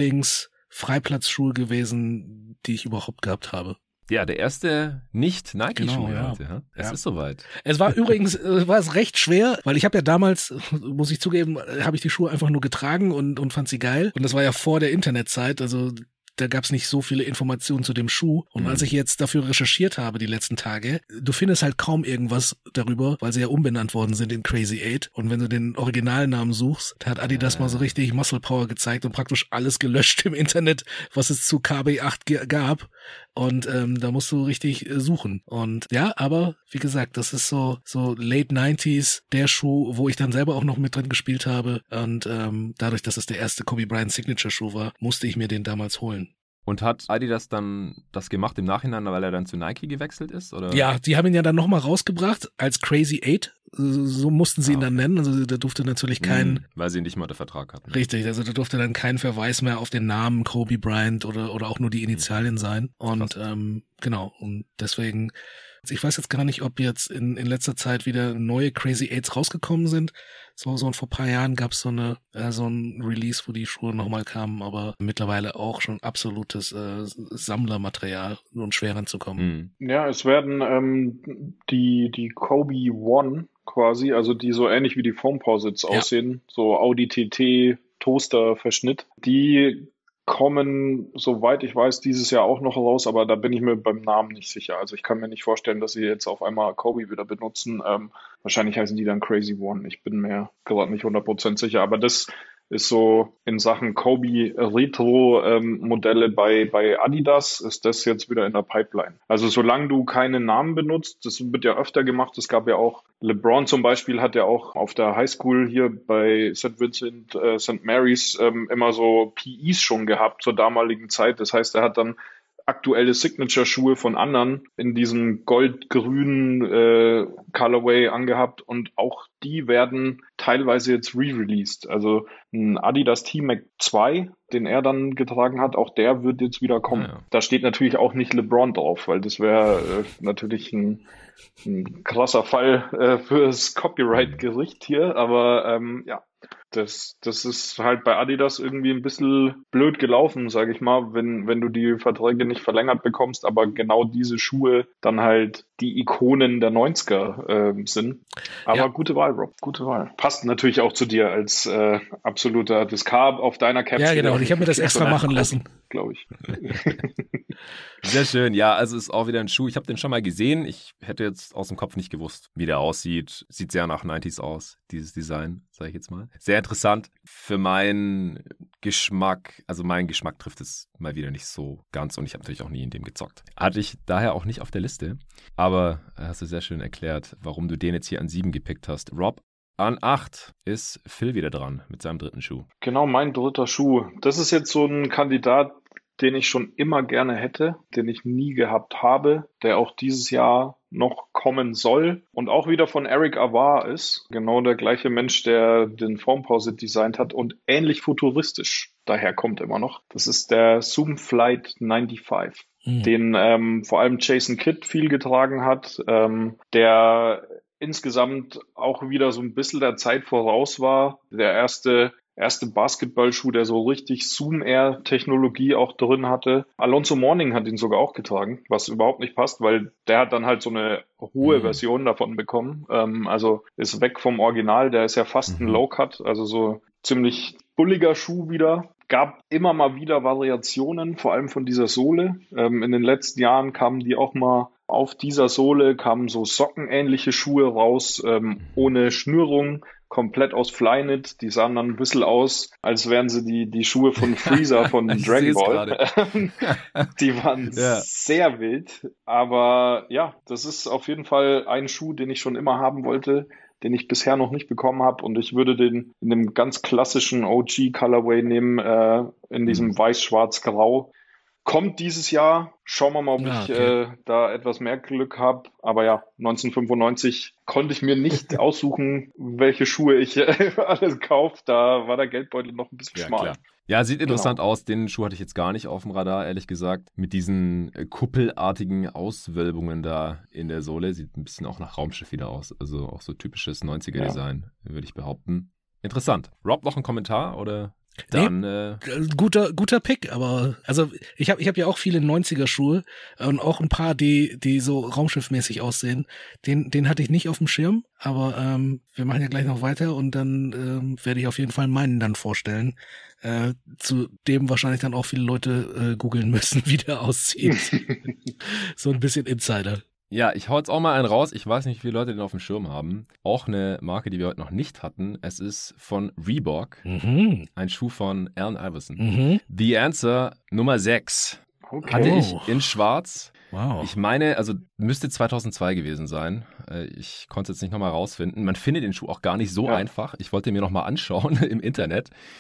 Lieblings-Freiplatzschuhe gewesen, die ich überhaupt gehabt habe. Ja, der erste Nicht-Nike-Schuh Genau, ja. heute. Ja? Es Ja. ist soweit. Es war übrigens, äh, war es recht schwer, weil ich habe ja damals, muss ich zugeben, äh, habe ich die Schuhe einfach nur getragen und und fand sie geil. Und das war ja vor der Internetzeit, also da gab es nicht so viele Informationen zu dem Schuh. Und Mhm. als ich jetzt dafür recherchiert habe die letzten Tage, du findest halt kaum irgendwas darüber, weil sie ja umbenannt worden sind in Crazy acht. Und wenn du den Originalnamen suchst, da hat Adidas Ah. mal so richtig Muscle Power gezeigt und praktisch alles gelöscht im Internet, was es zu K B acht ge- gab. Und ähm, da musst du richtig äh, suchen. Und ja, aber wie gesagt, das ist so so Late nineties, der Schuh, wo ich dann selber auch noch mit drin gespielt habe. Und ähm, dadurch, dass es der erste Kobe Bryant Signature Schuh war, musste ich mir den damals holen. Und hat Adidas dann das gemacht im Nachhinein, weil er dann zu Nike gewechselt ist? Oder? Ja, die haben ihn ja dann nochmal rausgebracht als Crazy acht. So mussten sie Ah, ihn dann okay. nennen. Also da durfte natürlich kein, Mhm, weil sie nicht mal den Vertrag hatten. richtig, also da durfte dann kein Verweis mehr auf den Namen Kobe Bryant oder oder auch nur die Initialien sein. Und ähm, genau, und deswegen Ich weiß jetzt gar nicht, ob jetzt in, in letzter Zeit wieder neue Crazy Eights rausgekommen sind. So, so vor ein paar Jahren gab es so eine, äh, so ein Release, wo die Schuhe nochmal kamen, aber mittlerweile auch schon absolutes äh, Sammlermaterial und schwer ranzukommen. Mhm. Ja, es werden ähm, die, die Kobe One quasi, also die so ähnlich wie die Foamposits Ja. aussehen, so Audi T T Toaster-Verschnitt, die kommen, soweit ich weiß, dieses Jahr auch noch raus, aber da bin ich mir beim Namen nicht sicher. Also ich kann mir nicht vorstellen, dass sie jetzt auf einmal Kobe wieder benutzen. Ähm, wahrscheinlich heißen die dann Crazy One. Ich bin mir gerade nicht hundert Prozent sicher, aber das ist so in Sachen Kobe Retro ähm, Modelle bei, bei Adidas ist das jetzt wieder in der Pipeline. Also solange du keine Namen benutzt, das wird ja öfter gemacht. Es gab ja auch, LeBron zum Beispiel hat ja auch auf der Highschool hier bei Saint Vincent, äh, Saint Mary's ähm, immer so P Es schon gehabt zur damaligen Zeit. Das heißt, er hat dann aktuelle Signature-Schuhe von anderen in diesem goldgrünen äh, Colorway angehabt und auch die werden teilweise jetzt re-released. Also ein Adidas T-Mac zwei, den er dann getragen hat, auch der wird jetzt wieder kommen. Ja. Da steht natürlich auch nicht LeBron drauf, weil das wäre äh, natürlich ein, ein krasser Fall äh, fürs Copyright-Gericht hier, aber ähm, ja. Das, das ist halt bei Adidas irgendwie ein bisschen blöd gelaufen, sage ich mal, wenn, wenn du die Verträge nicht verlängert bekommst, aber genau diese Schuhe dann halt die Ikonen der neunziger äh, sind. Aber Ja. gute Wahl, Rob, gute Wahl. Passt natürlich auch zu dir als äh, absoluter Discarb auf deiner Cap. Ja, genau. Und ich habe mir das extra machen lassen. Glaube ich. Sehr schön. Ja, also ist auch wieder ein Schuh. Ich habe den schon mal gesehen. Ich hätte jetzt aus dem Kopf nicht gewusst, wie der aussieht. Sieht sehr nach neunziger aus, dieses Design, sage ich jetzt mal. Sehr interessant. Für meinen Geschmack, also mein Geschmack trifft es mal wieder nicht so ganz und ich habe natürlich auch nie in dem gezockt. Hatte ich daher auch nicht auf der Liste. Aber hast du sehr schön erklärt, warum du den jetzt hier an sieben gepickt hast. Rob, an acht ist Phil wieder dran mit seinem dritten Schuh. Genau, mein dritter Schuh. Das ist jetzt so ein Kandidat, den ich schon immer gerne hätte, den ich nie gehabt habe, der auch dieses Jahr noch kommen soll und auch wieder von Eric Avar ist. Genau der gleiche Mensch, der den Foamposite designt hat und ähnlich futuristisch daherkommt immer noch. Das ist der Zoom Flight fünfundneunzig, mhm. den ähm, vor allem Jason Kidd viel getragen hat, ähm, der insgesamt auch wieder so ein bisschen der Zeit voraus war. Der erste Erste Basketballschuh, der so richtig Zoom-Air-Technologie auch drin hatte. Alonzo Mourning hat ihn sogar auch getragen, was überhaupt nicht passt, weil der hat dann halt so eine hohe mhm. Version davon bekommen. Ähm, also ist weg vom Original, der ist ja fast mhm. ein Low-Cut, also so ziemlich bulliger Schuh wieder. Gab immer mal wieder Variationen, vor allem von dieser Sohle. Ähm, in den letzten Jahren kamen die auch mal auf dieser Sohle, kamen so sockenähnliche Schuhe raus, ähm, ohne Schnürung, komplett aus Flyknit. Die sahen dann ein bisschen aus, als wären sie die, die Schuhe von Freezer von Dragon Ball. Die waren ja. sehr wild. Aber ja, das ist auf jeden Fall ein Schuh, den ich schon immer haben wollte, den ich bisher noch nicht bekommen habe. Und ich würde den in einem ganz klassischen O G-Colorway nehmen, äh, in diesem mhm. weiß-schwarz-grau. Kommt dieses Jahr. Schauen wir mal, ob ah, okay. ich äh, da etwas mehr Glück habe. Aber ja, neunzehnhundertfünfundneunzig konnte ich mir nicht aussuchen, welche Schuhe ich äh, alles kaufe. Da war der Geldbeutel noch ein bisschen ja, schmal. Klar. Ja, sieht interessant genau. aus. Den Schuh hatte ich jetzt gar nicht auf dem Radar, ehrlich gesagt. Mit diesen äh, kuppelartigen Auswölbungen da in der Sohle. Sieht ein bisschen auch nach Raumschiff wieder aus. Also auch so typisches neunziger-Design, ja. würde ich behaupten. Interessant. Rob, noch ein Kommentar oder... Dann, nee, äh, guter, guter Pick, aber also ich habe ich hab ja auch viele neunziger Schuhe und auch ein paar, die die so raumschiffmäßig aussehen. Den den hatte ich nicht auf dem Schirm, aber ähm, wir machen ja gleich noch weiter und dann ähm, werde ich auf jeden Fall meinen dann vorstellen. Äh, zu dem wahrscheinlich dann auch viele Leute äh, googeln müssen, wie der aussieht. So ein bisschen Insider. Ja, ich hau jetzt auch mal einen raus. Ich weiß nicht, wie viele Leute den auf dem Schirm haben. Auch eine Marke, die wir heute noch nicht hatten. Es ist von Reebok. Mhm. Ein Schuh von Allen Iverson. Mhm. The Answer Nummer sechs. Okay. Hatte ich in schwarz. Wow. Ich meine, also müsste zweitausendzwei gewesen sein. Ich konnte es jetzt nicht nochmal rausfinden. Man findet den Schuh auch gar nicht so ja. einfach. Ich wollte mir nochmal anschauen im Internet.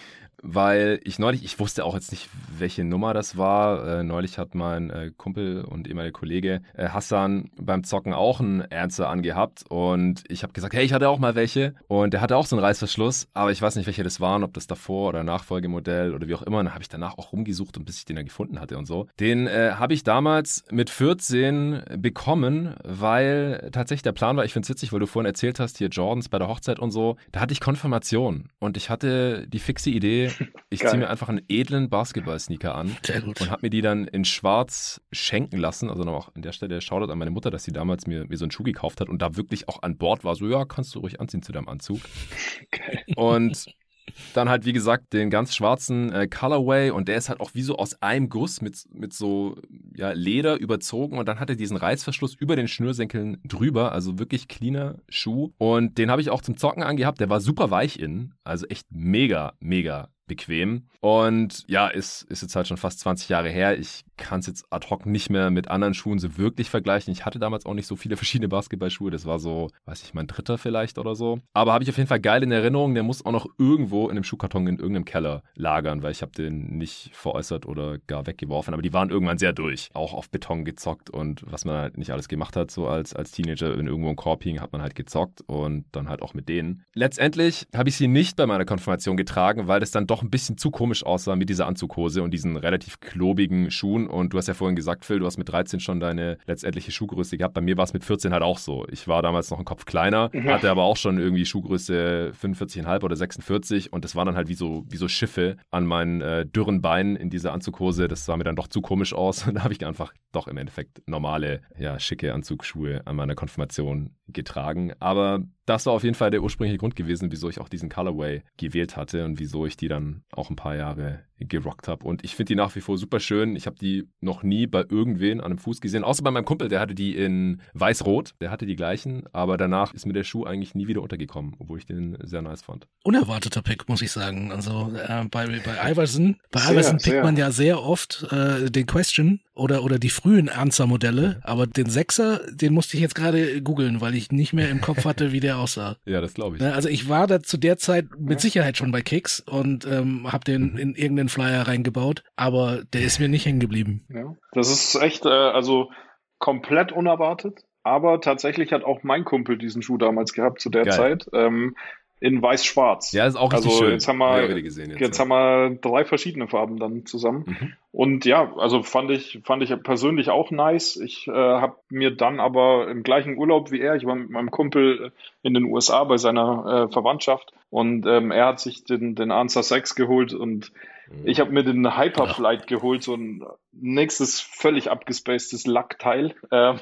weil ich neulich, ich wusste auch jetzt nicht, welche Nummer das war. Äh, neulich hat mein äh, Kumpel und ehemaliger Kollege äh, Hassan beim Zocken auch einen Answer angehabt und ich habe gesagt, hey, ich hatte auch mal welche und der hatte auch so einen Reißverschluss, aber ich weiß nicht, welche das waren, ob das davor oder Nachfolgemodell oder wie auch immer. Und dann habe ich danach auch rumgesucht und bis ich den dann gefunden hatte und so. Den äh, habe ich damals mit vierzehn bekommen, weil tatsächlich der Plan war, ich finde es witzig, weil du vorhin erzählt hast, hier Jordans bei der Hochzeit und so, da hatte ich Konfirmation und ich hatte die fixe Idee, ich ziehe mir einfach einen edlen Basketball-Sneaker an und habe mir die dann in schwarz schenken lassen, also noch auch an der Stelle Shoutout an meine Mutter, dass sie damals mir, mir so einen Schuh gekauft hat und da wirklich auch an Bord war, so ja, kannst du ruhig anziehen zu deinem Anzug. Okay. Und dann halt, wie gesagt, den ganz schwarzen äh, Colorway und der ist halt auch wie so aus einem Guss mit, mit so ja, Leder überzogen und dann hat er diesen Reißverschluss über den Schnürsenkeln drüber, also wirklich cleaner Schuh und den habe ich auch zum Zocken angehabt, der war super weich innen, also echt mega, mega bequem und ja, ist, ist jetzt halt schon fast zwanzig Jahre her. Ich kann es jetzt ad hoc nicht mehr mit anderen Schuhen so wirklich vergleichen. Ich hatte damals auch nicht so viele verschiedene Basketballschuhe. Das war so, weiß ich, mein dritter vielleicht oder so. Aber habe ich auf jeden Fall geil in Erinnerung. Der muss auch noch irgendwo in einem Schuhkarton in irgendeinem Keller lagern, weil ich habe den nicht veräußert oder gar weggeworfen. Aber die waren irgendwann sehr durch. Auch auf Beton gezockt und was man halt nicht alles gemacht hat, so als, als Teenager, wenn irgendwo ein Korb hing, hat man halt gezockt und dann halt auch mit denen. Letztendlich habe ich sie nicht bei meiner Konfirmation getragen, weil das dann doch ein bisschen zu komisch aussah mit dieser Anzughose und diesen relativ klobigen Schuhen. Und du hast ja vorhin gesagt, Phil, du hast mit dreizehn schon deine letztendliche Schuhgröße gehabt. Bei mir war es mit vierzehn halt auch so. Ich war damals noch einen Kopf kleiner, mhm. hatte aber auch schon irgendwie Schuhgröße fünfundvierzig Komma fünf oder sechsundvierzig und das waren dann halt wie so, wie so Schiffe an meinen äh, dürren Beinen in dieser Anzughose. Das sah mir dann doch zu komisch aus. Und da habe ich einfach doch im Endeffekt normale, ja, schicke Anzugsschuhe an meiner Konfirmation getragen. Aber das war auf jeden Fall der ursprüngliche Grund gewesen, wieso ich auch diesen Colorway gewählt hatte und wieso ich die dann auch ein paar Jahre gerockt habe. Und ich finde die nach wie vor super schön. Ich habe die noch nie bei irgendwen an einem Fuß gesehen, außer bei meinem Kumpel, der hatte die in weiß-rot, der hatte die gleichen, aber danach ist mir der Schuh eigentlich nie wieder untergekommen, obwohl ich den sehr nice fand. Unerwarteter Pick, muss ich sagen. Also äh, bei, bei Iverson, bei sehr, Iverson pickt sehr. man ja sehr oft äh, den Question oder, oder die frühen Answer-Modelle, aber den Sechser, den musste ich jetzt gerade googeln, weil ich nicht mehr im Kopf hatte, wie der aussah. Ja, das glaube ich. Also ich war da zu der Zeit mit Sicherheit schon bei Kicks und ähm, habe den in irgendeinen Flyer reingebaut, aber der ist mir nicht hängen geblieben. Ja, das ist echt, äh, also komplett unerwartet, aber tatsächlich hat auch mein Kumpel diesen Schuh damals gehabt zu der Geil. Zeit. Ähm, in weiß-schwarz. Ja, ist auch richtig also schön. Jetzt haben wir, ja, gesehen jetzt, jetzt ja. haben wir drei verschiedene Farben dann zusammen. Mhm. Und ja, also fand ich, fand ich persönlich auch nice. Ich äh, habe mir dann aber im gleichen Urlaub wie er, ich war mit meinem Kumpel in den U S A bei seiner äh, Verwandtschaft und ähm, er hat sich den, den Answer sechs geholt und mhm. ich habe mir den Hyperflight ja. geholt, so ein nächstes völlig abgespacedes Lackteil. Ähm,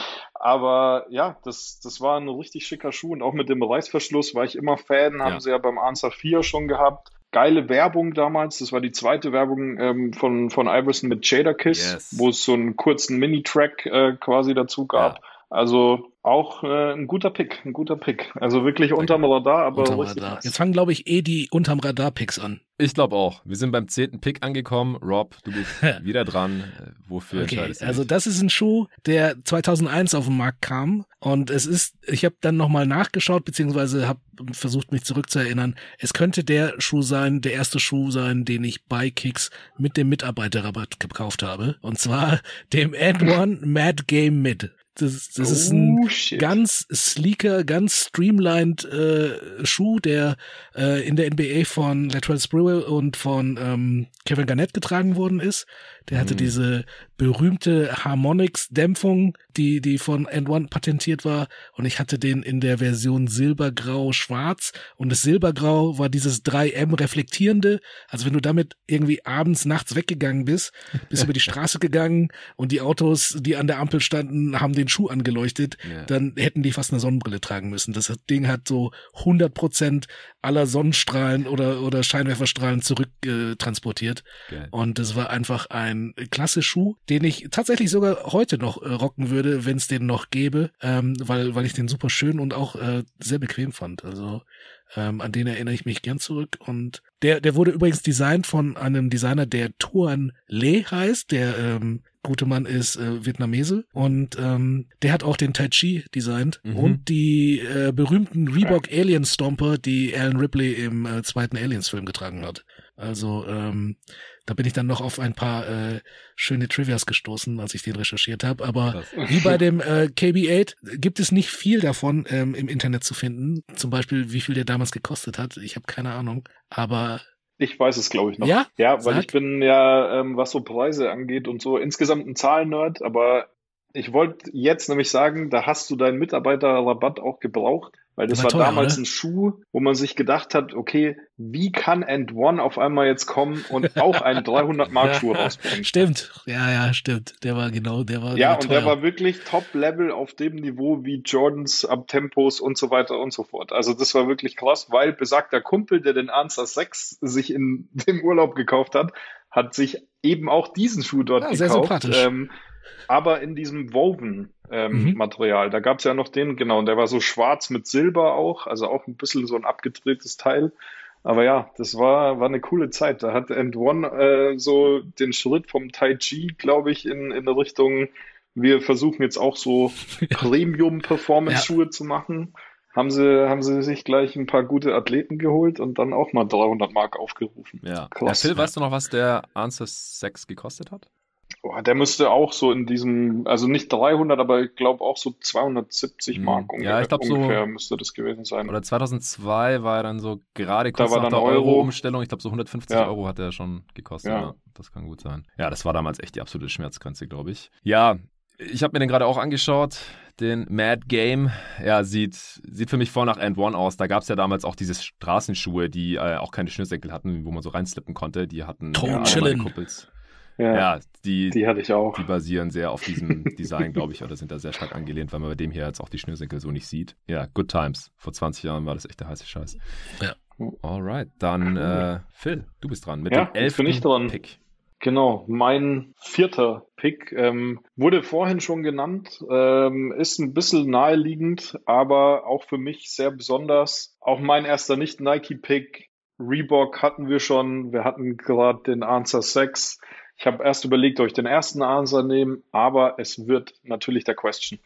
aber ja, das, das war ein richtig schicker Schuh und auch mit dem Reißverschluss war ich immer Fan, haben ja. sie ja beim Answer vier schon gehabt. Geile Werbung damals, das war die zweite Werbung ähm, von, von Iverson mit Jadakiss, yes. wo es so einen kurzen Mini-Track äh, quasi dazu gab. Ja. Also auch äh, ein guter Pick, ein guter Pick. Also wirklich unterm Radar, aber unterm richtig Radar. Jetzt fangen, glaube ich, eh die unterm Radar-Picks an. Ich glaube auch. Wir sind beim zehnten Pick angekommen. Rob, du bist wieder dran. Wofür okay, entscheidest du dich? Also das ist ein Schuh, der zweitausendeins auf den Markt kam und es ist, ich habe dann nochmal nachgeschaut, beziehungsweise habe versucht, mich zurückzuerinnern. Es könnte der Schuh sein, der erste Schuh sein, den ich bei Kicks mit dem Mitarbeiterrabatt gekauft habe. Und zwar dem And One Mad Game Mid. Das, das oh, ist ein shit. ganz sleeker, ganz streamlined äh, Schuh, der äh, in der N B A von Latrell Sprewell und von ähm, Kevin Garnett getragen worden ist. Der hatte mm. diese berühmte Harmonix-Dämpfung, die die von And One patentiert war. Und ich hatte den in der Version Silbergrau-Schwarz. Und das Silbergrau war dieses drei M reflektierende. Also wenn du damit irgendwie abends, nachts weggegangen bist, bist über die Straße gegangen und die Autos, die an der Ampel standen, haben den Schuh angeleuchtet, ja. dann hätten die fast eine Sonnenbrille tragen müssen. Das Ding hat so hundert Prozent aller Sonnenstrahlen oder oder Scheinwerferstrahlen zurück äh, transportiert. Geil. Und das war einfach ein klasse Schuh, den ich tatsächlich sogar heute noch äh, rocken würde, wenn es den noch gäbe, ähm, weil weil ich den super schön und auch äh, sehr bequem fand. Also ähm, an den erinnere ich mich gern zurück. Und der der wurde übrigens designt von einem Designer, der Tuan Le heißt, der ähm, gute Mann ist äh, Vietnamese und ähm, der hat auch den Tai Chi designt mhm. und die äh, berühmten Reebok Alien Stomper, die Alan Ripley im äh, zweiten Aliens-Film getragen hat. Also ähm, da bin ich dann noch auf ein paar äh, schöne Trivias gestoßen, als ich den recherchiert habe. Aber Krass. wie bei dem äh, K B acht gibt es nicht viel davon ähm, im Internet zu finden. Zum Beispiel, wie viel der damals gekostet hat. Ich habe keine Ahnung. Aber Ich weiß es, glaube ich, noch. ja, Ja, weil sag. ich bin ja, ähm, was so Preise angeht und so, insgesamt ein Zahlennerd, aber ich wollte jetzt nämlich sagen, da hast du deinen Mitarbeiterrabatt auch gebraucht, weil das Der war war teuer, damals oder? ein Schuh, wo man sich gedacht hat, okay, wie kann And One auf einmal jetzt kommen und auch einen dreihundert-Mark-Schuh rausbringen? Stimmt. Ja, ja, stimmt. Der war genau, der war, der Ja, war und teuer. der war wirklich Top-Level auf dem Niveau wie Jordans, Up-Tempos und so weiter und so fort. Also das war wirklich krass, weil besagter Kumpel, der den Answer sechs sich in dem Urlaub gekauft hat, hat sich eben auch diesen Schuh dort Ja, sehr gekauft. sympathisch. Ähm, aber in diesem Woven ähm, Mhm. Material. Da gab's ja noch den, genau, und der war so schwarz mit Silber auch, also auch ein bisschen so ein abgedrehtes Teil. Aber ja, das war, war eine coole Zeit. Da hat And One äh, so den Schritt vom Tai Chi, glaube ich, in, in der Richtung, wir versuchen jetzt auch so Premium-Performance-Schuhe zu machen. Haben sie, haben sie sich gleich ein paar gute Athleten geholt und dann auch mal dreihundert Mark aufgerufen. Ja. Ja, Krass. Phil, weißt du noch, was der Answer sechs gekostet hat? Boah, der müsste auch so in diesem, also nicht dreihundert, aber ich glaube auch so zweihundertsiebzig Hm. Mark Ja, ungefähr, ich glaub so- ungefähr müsste das gewesen sein. Oder zweitausendzwei war er dann so gerade kurz war nach dann der Euro. Euro-Umstellung. Ich glaube, so hundertfünfzig Ja. Euro hat er schon gekostet. Ja. Ja. Das kann gut sein. Ja, das war damals echt die absolute Schmerzgrenze, glaube ich. Ja, ich habe mir den gerade auch angeschaut. Den Mad Game. Ja, sieht, sieht für mich voll nach And One aus. Da gab es ja damals auch diese Straßenschuhe, die äh, auch keine Schnürsenkel hatten, wo man so reinslippen konnte. Die hatten Toe ja, alle chillin'. meine Kumpels. Ja, Ja, die, die hatte ich auch. die basieren sehr auf diesem Design, glaube ich, oder sind da sehr stark angelehnt, weil man bei dem hier jetzt auch die Schnürsenkel so nicht sieht. Ja, good times. Vor zwanzig Jahren war das echt der heiße Scheiß. Ja. Alright, dann äh, Phil, du bist dran mit Ja, dem jetzt bin ich elften dran. Pick. Genau, mein vierter Pick ähm, wurde vorhin schon genannt, ähm, ist ein bisschen naheliegend, aber auch für mich sehr besonders. Auch mein erster Nicht-Nike-Pick, Reebok hatten wir schon, wir hatten gerade den Answer sechs. Ich habe erst überlegt, ob ich den ersten Answer nehme, aber es wird natürlich der Question.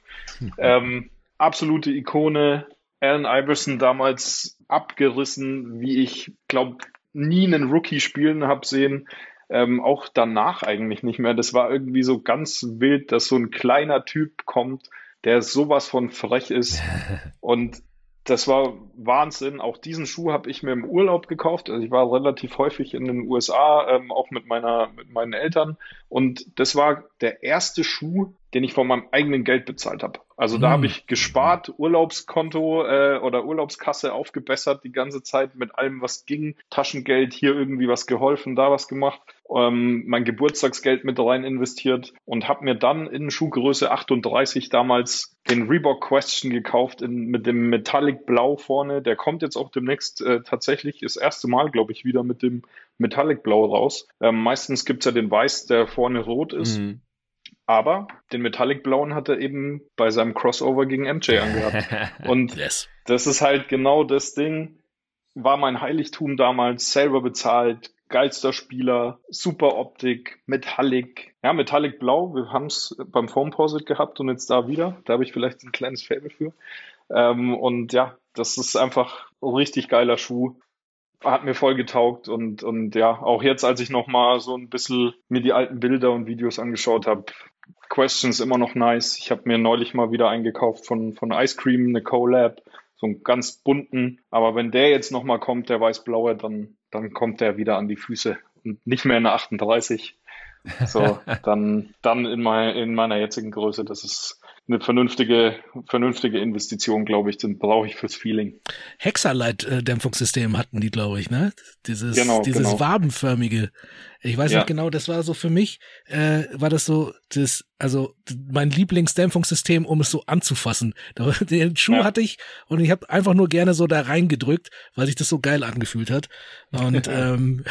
Ähm, absolute Ikone, Allen Iverson damals abgerissen, wie ich glaube, nie einen Rookie spielen habe sehen. Ähm, auch danach eigentlich nicht mehr. Das war irgendwie so ganz wild, dass so ein kleiner Typ kommt, der sowas von frech ist. Und das war Wahnsinn. Auch diesen Schuh habe ich mir im Urlaub gekauft. Also ich war relativ häufig in den U S A, ähm, auch mit meiner, mit meinen Eltern. Und das war der erste Schuh, den ich von meinem eigenen Geld bezahlt habe. Also da Hm. habe ich gespart, Urlaubskonto äh, oder Urlaubskasse aufgebessert die ganze Zeit mit allem, was ging. Taschengeld, hier irgendwie was geholfen, da was gemacht. Ähm, mein Geburtstagsgeld mit rein investiert und habe mir dann in Schuhgröße achtunddreißig damals den Reebok Question gekauft in, mit dem Metallic Blau vorne. Der kommt jetzt auch demnächst äh, tatsächlich das erste Mal, glaube ich, wieder mit dem Metallic Blau raus. Ähm, meistens gibt's ja den Weiß, der vorne rot ist. Mhm. Aber den Metallic Blauen hat er eben bei seinem Crossover gegen M J angehabt. Und Yes. das ist halt genau das Ding. War mein Heiligtum damals, selber bezahlt, geilster Spieler, super Optik, Metallic. Ja, Metallic Blau, wir haben es beim Foamposite gehabt und jetzt da wieder. Da habe ich vielleicht ein kleines Faible für. Ähm, und ja, das ist einfach ein richtig geiler Schuh. Hat mir voll getaugt und, und ja, auch jetzt, als ich nochmal so ein bisschen mir die alten Bilder und Videos angeschaut habe, Questions immer noch nice. Ich habe mir neulich mal wieder eingekauft von, von Ice Cream, eine Collab, so einen ganz bunten. Aber wenn der jetzt nochmal kommt, der weiß-blaue, dann, dann kommt der wieder an die Füße und nicht mehr in der achtunddreißig. So, dann, dann in, mein, in meiner jetzigen Größe. Das ist eine vernünftige, vernünftige Investition, glaube ich. Den brauche ich fürs Feeling. Hexalite-Dämpfungssystem hatten die, glaube ich, ne? Dieses, Genau, dieses genau. wabenförmige. Ich weiß Ja. noch genau, das war so für mich, äh, war das so, das, also mein Lieblingsdämpfungssystem, um es so anzufassen. Da- Den Schuh Ja. hatte ich und ich habe einfach nur gerne so da reingedrückt, weil sich das so geil angefühlt hat. Und ähm,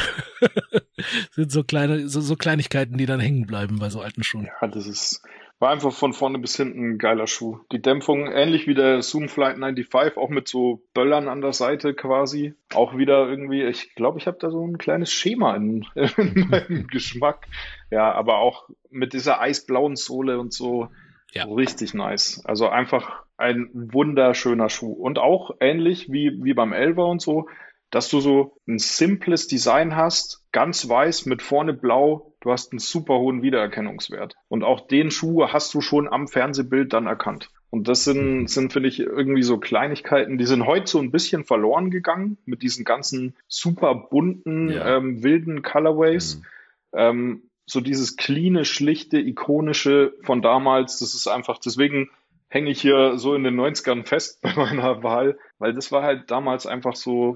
sind so kleine, so, so Kleinigkeiten, die dann hängen bleiben bei so alten Schuhen. Ja, das ist, war einfach von vorne bis hinten ein geiler Schuh. Die Dämpfung ähnlich wie der Zoom Flight fünfundneunzig, auch mit so Böllern an der Seite quasi. Auch wieder irgendwie, ich glaube, ich habe da so ein kleines Schema in, in meinem Geschmack. Ja, aber auch mit dieser eisblauen Sohle und so. Ja. Richtig nice. Also einfach ein wunderschöner Schuh. Und auch ähnlich wie, wie beim Elfer und so, dass du so ein simples Design hast, ganz weiß mit vorne blau, du hast einen super hohen Wiedererkennungswert. Und auch den Schuh hast du schon am Fernsehbild dann erkannt. Und das sind, sind, finde ich, irgendwie so Kleinigkeiten, die sind heute so ein bisschen verloren gegangen mit diesen ganzen super bunten, Ja. ähm, wilden Colorways. Mhm. Ähm, so dieses cleane, schlichte, ikonische von damals, das ist einfach, deswegen hänge ich hier so in den neunzigern fest bei meiner Wahl, weil das war halt damals einfach so,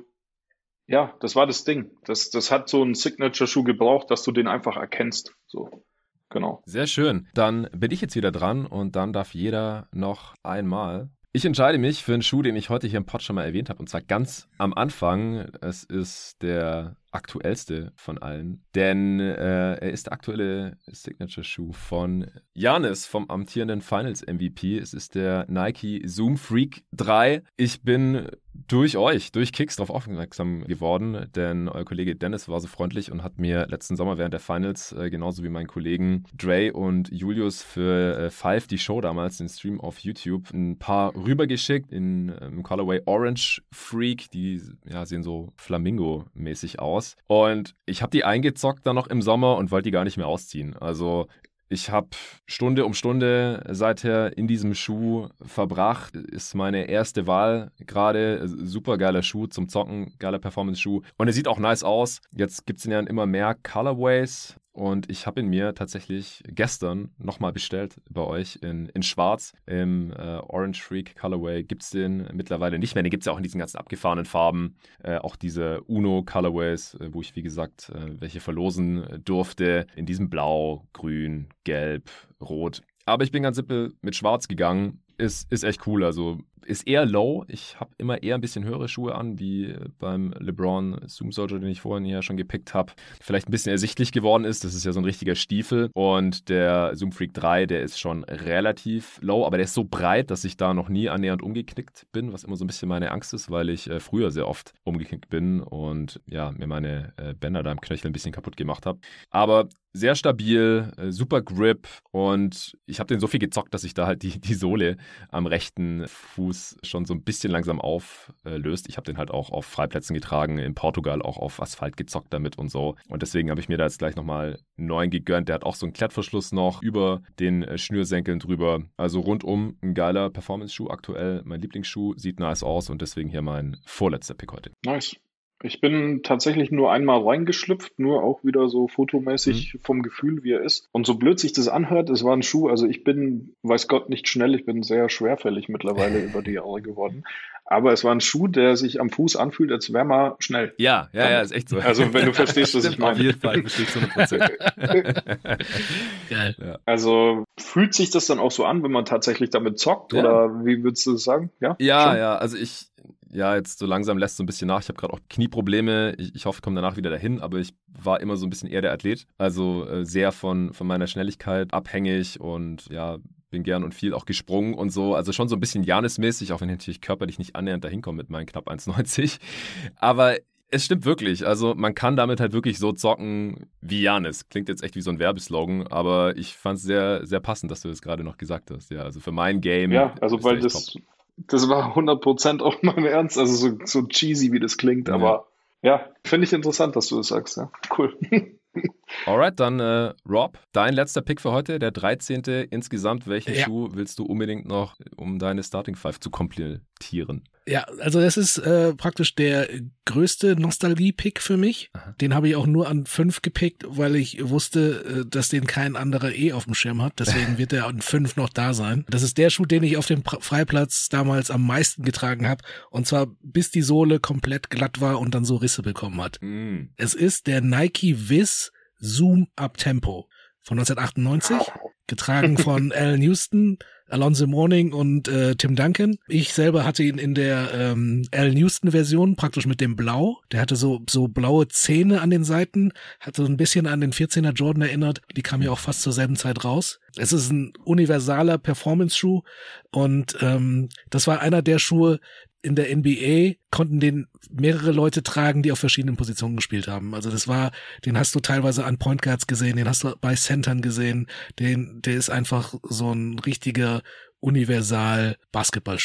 ja, das war das Ding. Das, das hat so einen Signature-Schuh gebraucht, dass du den einfach erkennst. So, genau. Sehr schön. Dann bin ich jetzt wieder dran und dann darf jeder noch einmal. Ich entscheide mich für einen Schuh, den ich heute hier im Pod schon mal erwähnt habe, und zwar ganz am Anfang. Es ist der aktuellste von allen, denn äh, er ist der aktuelle Signature-Schuh von Giannis, vom amtierenden Finals-M V P. Es ist der Nike Zoom Freak drei. Ich bin durch euch, durch Kicks darauf aufmerksam geworden, denn euer Kollege Dennis war so freundlich und hat mir letzten Sommer während der Finals, äh, genauso wie meinen Kollegen Dre und Julius für äh, Five, die Show damals, den Stream auf YouTube, ein paar rübergeschickt in, äh, im Colorway Orange Freak. Die ja, sehen so Flamingo-mäßig aus. Und ich habe die eingezockt dann noch im Sommer und wollte die gar nicht mehr ausziehen. Also ich habe Stunde um Stunde seither in diesem Schuh verbracht. Ist meine erste Wahl gerade. Super geiler Schuh zum Zocken, geiler Performance-Schuh. Und er sieht auch nice aus. Jetzt gibt es ja immer mehr Colorways. Und ich habe ihn mir tatsächlich gestern nochmal bestellt bei euch in, in Schwarz. Im äh, Orange Freak Colorway gibt es den mittlerweile nicht mehr. Den gibt es ja auch in diesen ganzen abgefahrenen Farben. Äh, auch diese Uno Colorways, äh, wo ich, wie gesagt, äh, welche verlosen durfte. In diesem Blau, Grün, Gelb, Rot. Aber ich bin ganz simpel mit Schwarz gegangen. Ist, ist echt cool. Also ist eher low. Ich habe immer eher ein bisschen höhere Schuhe an, wie beim LeBron Zoom Soldier, den ich vorhin ja schon gepickt habe. Vielleicht ein bisschen ersichtlich geworden ist. Das ist ja so ein richtiger Stiefel. Und der Zoom Freak drei, der ist schon relativ low, aber der ist so breit, dass ich da noch nie annähernd umgeknickt bin, was immer so ein bisschen meine Angst ist, weil ich äh, früher sehr oft umgeknickt bin und ja, mir meine äh, Bänder da im Knöchel ein bisschen kaputt gemacht habe. Aber sehr stabil, äh, super Grip und ich habe den so viel gezockt, dass sich da halt die, die Sohle am rechten Fuß schon so ein bisschen langsam auflöst. Ich habe den halt auch auf Freiplätzen getragen, in Portugal auch auf Asphalt gezockt damit und so. Und deswegen habe ich mir da jetzt gleich nochmal einen neuen gegönnt. Der hat auch so einen Klettverschluss noch über den äh, Schnürsenkeln drüber. Also rundum ein geiler Performance-Schuh aktuell. Mein Lieblingsschuh, sieht nice aus und deswegen hier mein vorletzter Pick heute. Nice. Ich bin tatsächlich nur einmal reingeschlüpft, nur auch wieder so fotomäßig mhm. vom Gefühl, wie er ist. Und so blöd sich das anhört, es war ein Schuh, also ich bin, weiß Gott, nicht schnell, ich bin sehr schwerfällig mittlerweile über die Jahre geworden. Aber es war ein Schuh, der sich am Fuß anfühlt, als wäre man schnell. Ja, ja, ja, ist echt so. Also wenn du verstehst, was ich meine. Auf jeden Fall, ich verstehe es hundert Prozent. Geil. Ja. Also fühlt sich das dann auch so an, wenn man tatsächlich damit zockt? Ja. Oder wie würdest du das sagen? Ja, ja, schon? ja, also ich... Ja, jetzt so langsam lässt so ein bisschen nach. Ich habe gerade auch Knieprobleme. Ich, ich hoffe, ich komme danach wieder dahin, aber ich war immer so ein bisschen eher der Athlet. Also äh, sehr von, von meiner Schnelligkeit abhängig und ja, bin gern und viel auch gesprungen und so. Also schon so ein bisschen Janis-mäßig, auch wenn ich natürlich körperlich nicht annähernd dahin komme mit meinen knapp eins neunzig. Aber es stimmt wirklich. Also man kann damit halt wirklich so zocken wie Giannis. Klingt jetzt echt wie so ein Werbeslogan, aber ich fand es sehr, sehr passend, dass du das gerade noch gesagt hast. Ja, also für mein Game. Ja, also weil das... Top. Das war hundert Prozent auch mein Ernst, also so, so cheesy, wie das klingt, ja. aber ja, finde ich interessant, dass du das sagst, ja, cool. Alright, dann äh, Rob, dein letzter Pick für heute, der dreizehnte insgesamt. Welchen ja. Schuh willst du unbedingt noch, um deine Starting Five zu komplettieren? Ja, also das ist äh, praktisch der größte Nostalgie-Pick für mich. Aha. Den habe ich auch nur an fünf gepickt, weil ich wusste, äh, dass den kein anderer eh auf dem Schirm hat. Deswegen wird der an fünf noch da sein. Das ist der Schuh, den ich auf dem Freiplatz damals am meisten getragen habe. Und zwar bis die Sohle komplett glatt war und dann so Risse bekommen hat. Mm. Es ist der Nike Viz Zoom Up Tempo von neunzehnhundertachtundneunzig, getragen von Alan Houston, Alonzo Mourning und äh, Tim Duncan. Ich selber hatte ihn in der ähm, Alan Houston-Version, praktisch mit dem Blau. Der hatte so so blaue Zähne an den Seiten, hat so ein bisschen an den vierzehner Jordan erinnert. Die kam ja auch fast zur selben Zeit raus. Es ist ein universaler Performance-Schuh und ähm, das war einer der Schuhe, in der N B A konnten den mehrere Leute tragen, die auf verschiedenen Positionen gespielt haben. Also das war, den hast du teilweise an Point Guards gesehen, den hast du bei Centern gesehen, den, der ist einfach so ein richtiger Universal-Basketballschuh.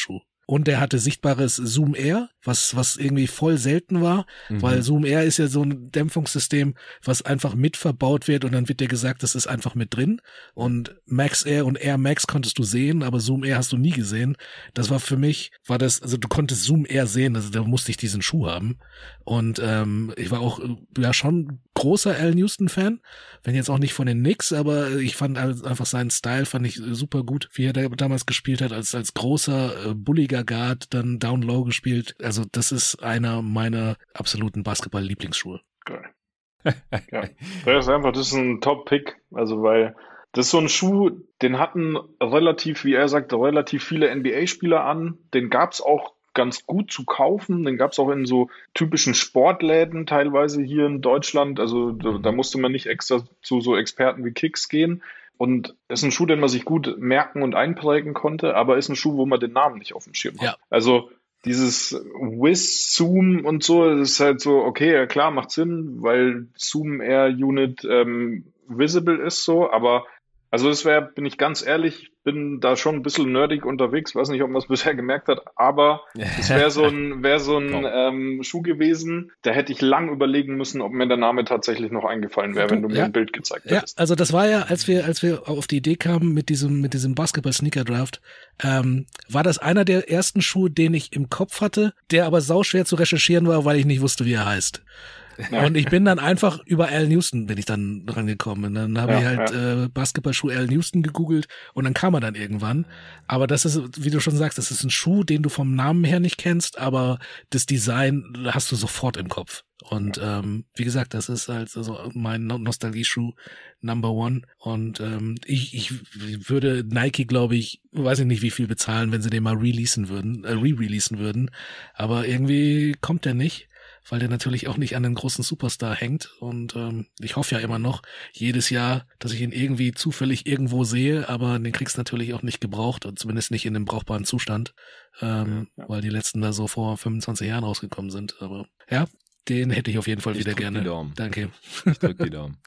und der hatte sichtbares Zoom Air, was, was irgendwie voll selten war, Mhm. weil Zoom Air ist ja so ein Dämpfungssystem, was einfach mit verbaut wird und dann wird dir gesagt, das ist einfach mit drin und Max Air und Air Max konntest du sehen, aber Zoom Air hast du nie gesehen. Das war für mich, war das, also du konntest Zoom Air sehen, also da musste ich diesen Schuh haben und ähm, ich war auch ja schon großer Allen Houston-Fan, wenn jetzt auch nicht von den Knicks, aber ich fand einfach seinen Style, fand ich super gut, wie er da damals gespielt hat, als als großer, äh, bulliger Guard, dann Down Low gespielt. Also das ist einer meiner absoluten Basketball-Lieblingsschuhe. Geil. Ja, das ist einfach, das ist ein Top-Pick, also weil das ist so ein Schuh, den hatten relativ, wie er sagt, relativ viele N B A-Spieler an, den gab's auch ganz gut zu kaufen, den gab's auch in so typischen Sportläden teilweise hier in Deutschland, also da, da musste man nicht extra zu so Experten wie Kicks gehen. Und ist ein Schuh, den man sich gut merken und einprägen konnte, aber ist ein Schuh, wo man den Namen nicht auf dem Schirm hat. Ja. Also dieses Whiz, Zoom und so, das ist halt so, okay, ja klar, macht Sinn, weil Zoom Air Unit ähm, visible ist so, aber also das wäre, bin ich ganz ehrlich, bin da schon ein bisschen nerdig unterwegs, weiß nicht, ob man es bisher gemerkt hat, aber es wäre so ein, wäre so ein ähm, Schuh gewesen, da hätte ich lang überlegen müssen, ob mir der Name tatsächlich noch eingefallen wäre, wenn du mir ja. ein Bild gezeigt Ja, hättest. also das war ja, als wir, als wir auf die Idee kamen mit diesem, mit diesem Basketball-Sneaker-Draft, ähm, war das einer der ersten Schuhe, den ich im Kopf hatte, der aber sauschwer zu recherchieren war, weil ich nicht wusste, wie er heißt. Ja. Und ich bin dann einfach über Allen Houston bin ich dann rangekommen. Und dann habe Ja, ich halt ja. äh, Basketballschuh Allen Houston gegoogelt und dann kam er dann irgendwann. Aber das ist, wie du schon sagst, das ist ein Schuh, den du vom Namen her nicht kennst, aber das Design hast du sofort im Kopf. Und ähm, wie gesagt, das ist halt also mein No- Nostalgie-Schuh Number One. Und ähm, ich, ich würde Nike, glaube ich, weiß ich nicht, wie viel bezahlen, wenn sie den mal releasen würden, äh, re-releasen würden. Aber irgendwie kommt der nicht, weil der natürlich auch nicht an den großen Superstar hängt. Und ähm, ich hoffe ja immer noch jedes Jahr, dass ich ihn irgendwie zufällig irgendwo sehe, aber den kriegst du natürlich auch nicht gebraucht, und zumindest nicht in einem brauchbaren Zustand, ähm, Ja, ja. weil die letzten da so vor fünfundzwanzig Jahren rausgekommen sind. Aber ja, den hätte ich auf jeden Fall Ich wieder drück gerne. die Daumen. Danke. Ich drück die Daumen.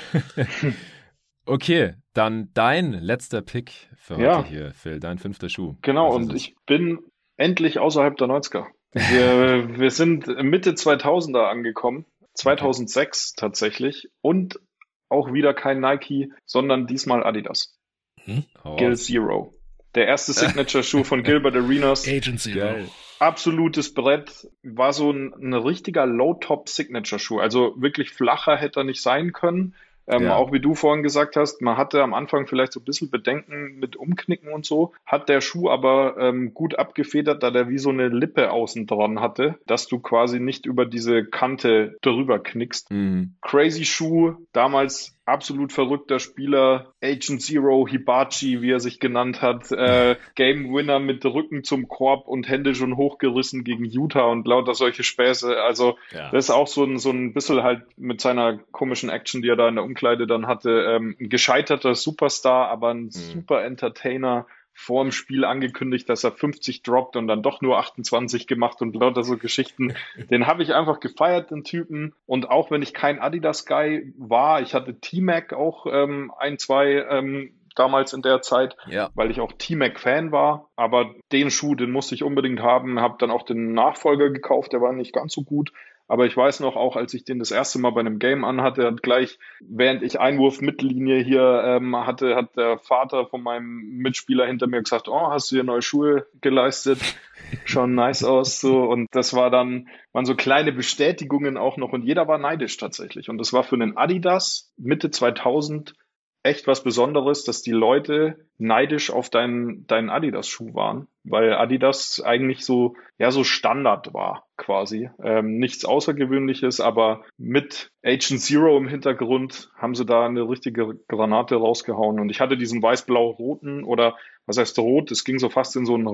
Okay, dann dein letzter Pick für heute Ja. hier, Phil, dein fünfter Schuh. Genau, Was und ist es? ich bin endlich außerhalb der neunziger. Wir, wir sind Mitte zweitausender angekommen, zweitausendsechs tatsächlich, und auch wieder kein Nike, sondern diesmal Adidas. Hau Gil raus. Zero. Der erste Signature-Schuh von Gilbert Arenas. Agent Zero. Geil. Absolutes Brett, war so ein, ein richtiger Low-Top-Signature-Schuh. Also wirklich flacher hätte er nicht sein können. Ähm, Ja. Auch wie du vorhin gesagt hast, man hatte am Anfang vielleicht so ein bisschen Bedenken mit Umknicken und so, hat der Schuh aber ähm, gut abgefedert, da der wie so eine Lippe außen dran hatte, dass du quasi nicht über diese Kante drüber knickst. Mhm. Crazy Schuh, damals absolut verrückter Spieler, Agent Zero, Hibachi, wie er sich genannt hat, äh, Game Winner mit Rücken zum Korb und Hände schon hochgerissen gegen Utah und lauter solche Späße. Also Ja. das ist auch so ein, so ein bisschen halt mit seiner komischen Action, die er da in der Umkleide dann hatte, ähm, ein gescheiterter Superstar, aber ein super Entertainer, vor dem Spiel angekündigt, dass er fünfzig droppt und dann doch nur achtundzwanzig gemacht und lauter so Geschichten. Den habe ich einfach gefeiert, den Typen. Und auch wenn ich kein Adidas-Guy war, ich hatte T-Mac auch ähm, ein, zwei ähm, damals in der Zeit, Ja. weil ich auch T-Mac-Fan war. Aber den Schuh, den musste ich unbedingt haben. Habe dann auch den Nachfolger gekauft, der war nicht ganz so gut. Aber ich weiß noch, auch als ich den das erste Mal bei einem Game anhatte, hat gleich, während ich Einwurf Mittellinie hier ähm, hatte, hat der Vater von meinem Mitspieler hinter mir gesagt, oh, hast du dir neue Schuhe geleistet? Schauen nice aus, so. Und das war dann, waren so kleine Bestätigungen auch noch und jeder war neidisch tatsächlich. Und das war für einen Adidas Mitte zweitausend echt was Besonderes, dass die Leute neidisch auf deinen, deinen Adidas-Schuh waren, weil Adidas eigentlich so, ja, so Standard war quasi. Ähm, nichts Außergewöhnliches, aber mit Agent Zero im Hintergrund haben sie da eine richtige Granate rausgehauen. Und ich hatte diesen weiß-blau-roten oder was heißt rot, es ging so fast in so einen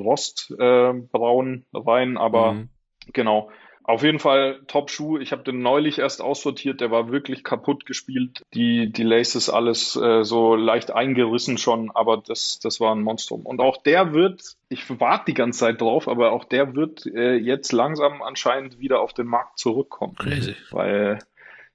Rostbraun äh, rein, aber Mhm. genau. Auf jeden Fall Top-Schuh. Ich habe den neulich erst aussortiert. Der war wirklich kaputt gespielt. Die, die Laces alles äh, so leicht eingerissen schon, aber das, das war ein Monstrum. Und auch der wird, ich warte die ganze Zeit drauf, aber auch der wird äh, jetzt langsam anscheinend wieder auf den Markt zurückkommen. Crazy. Weil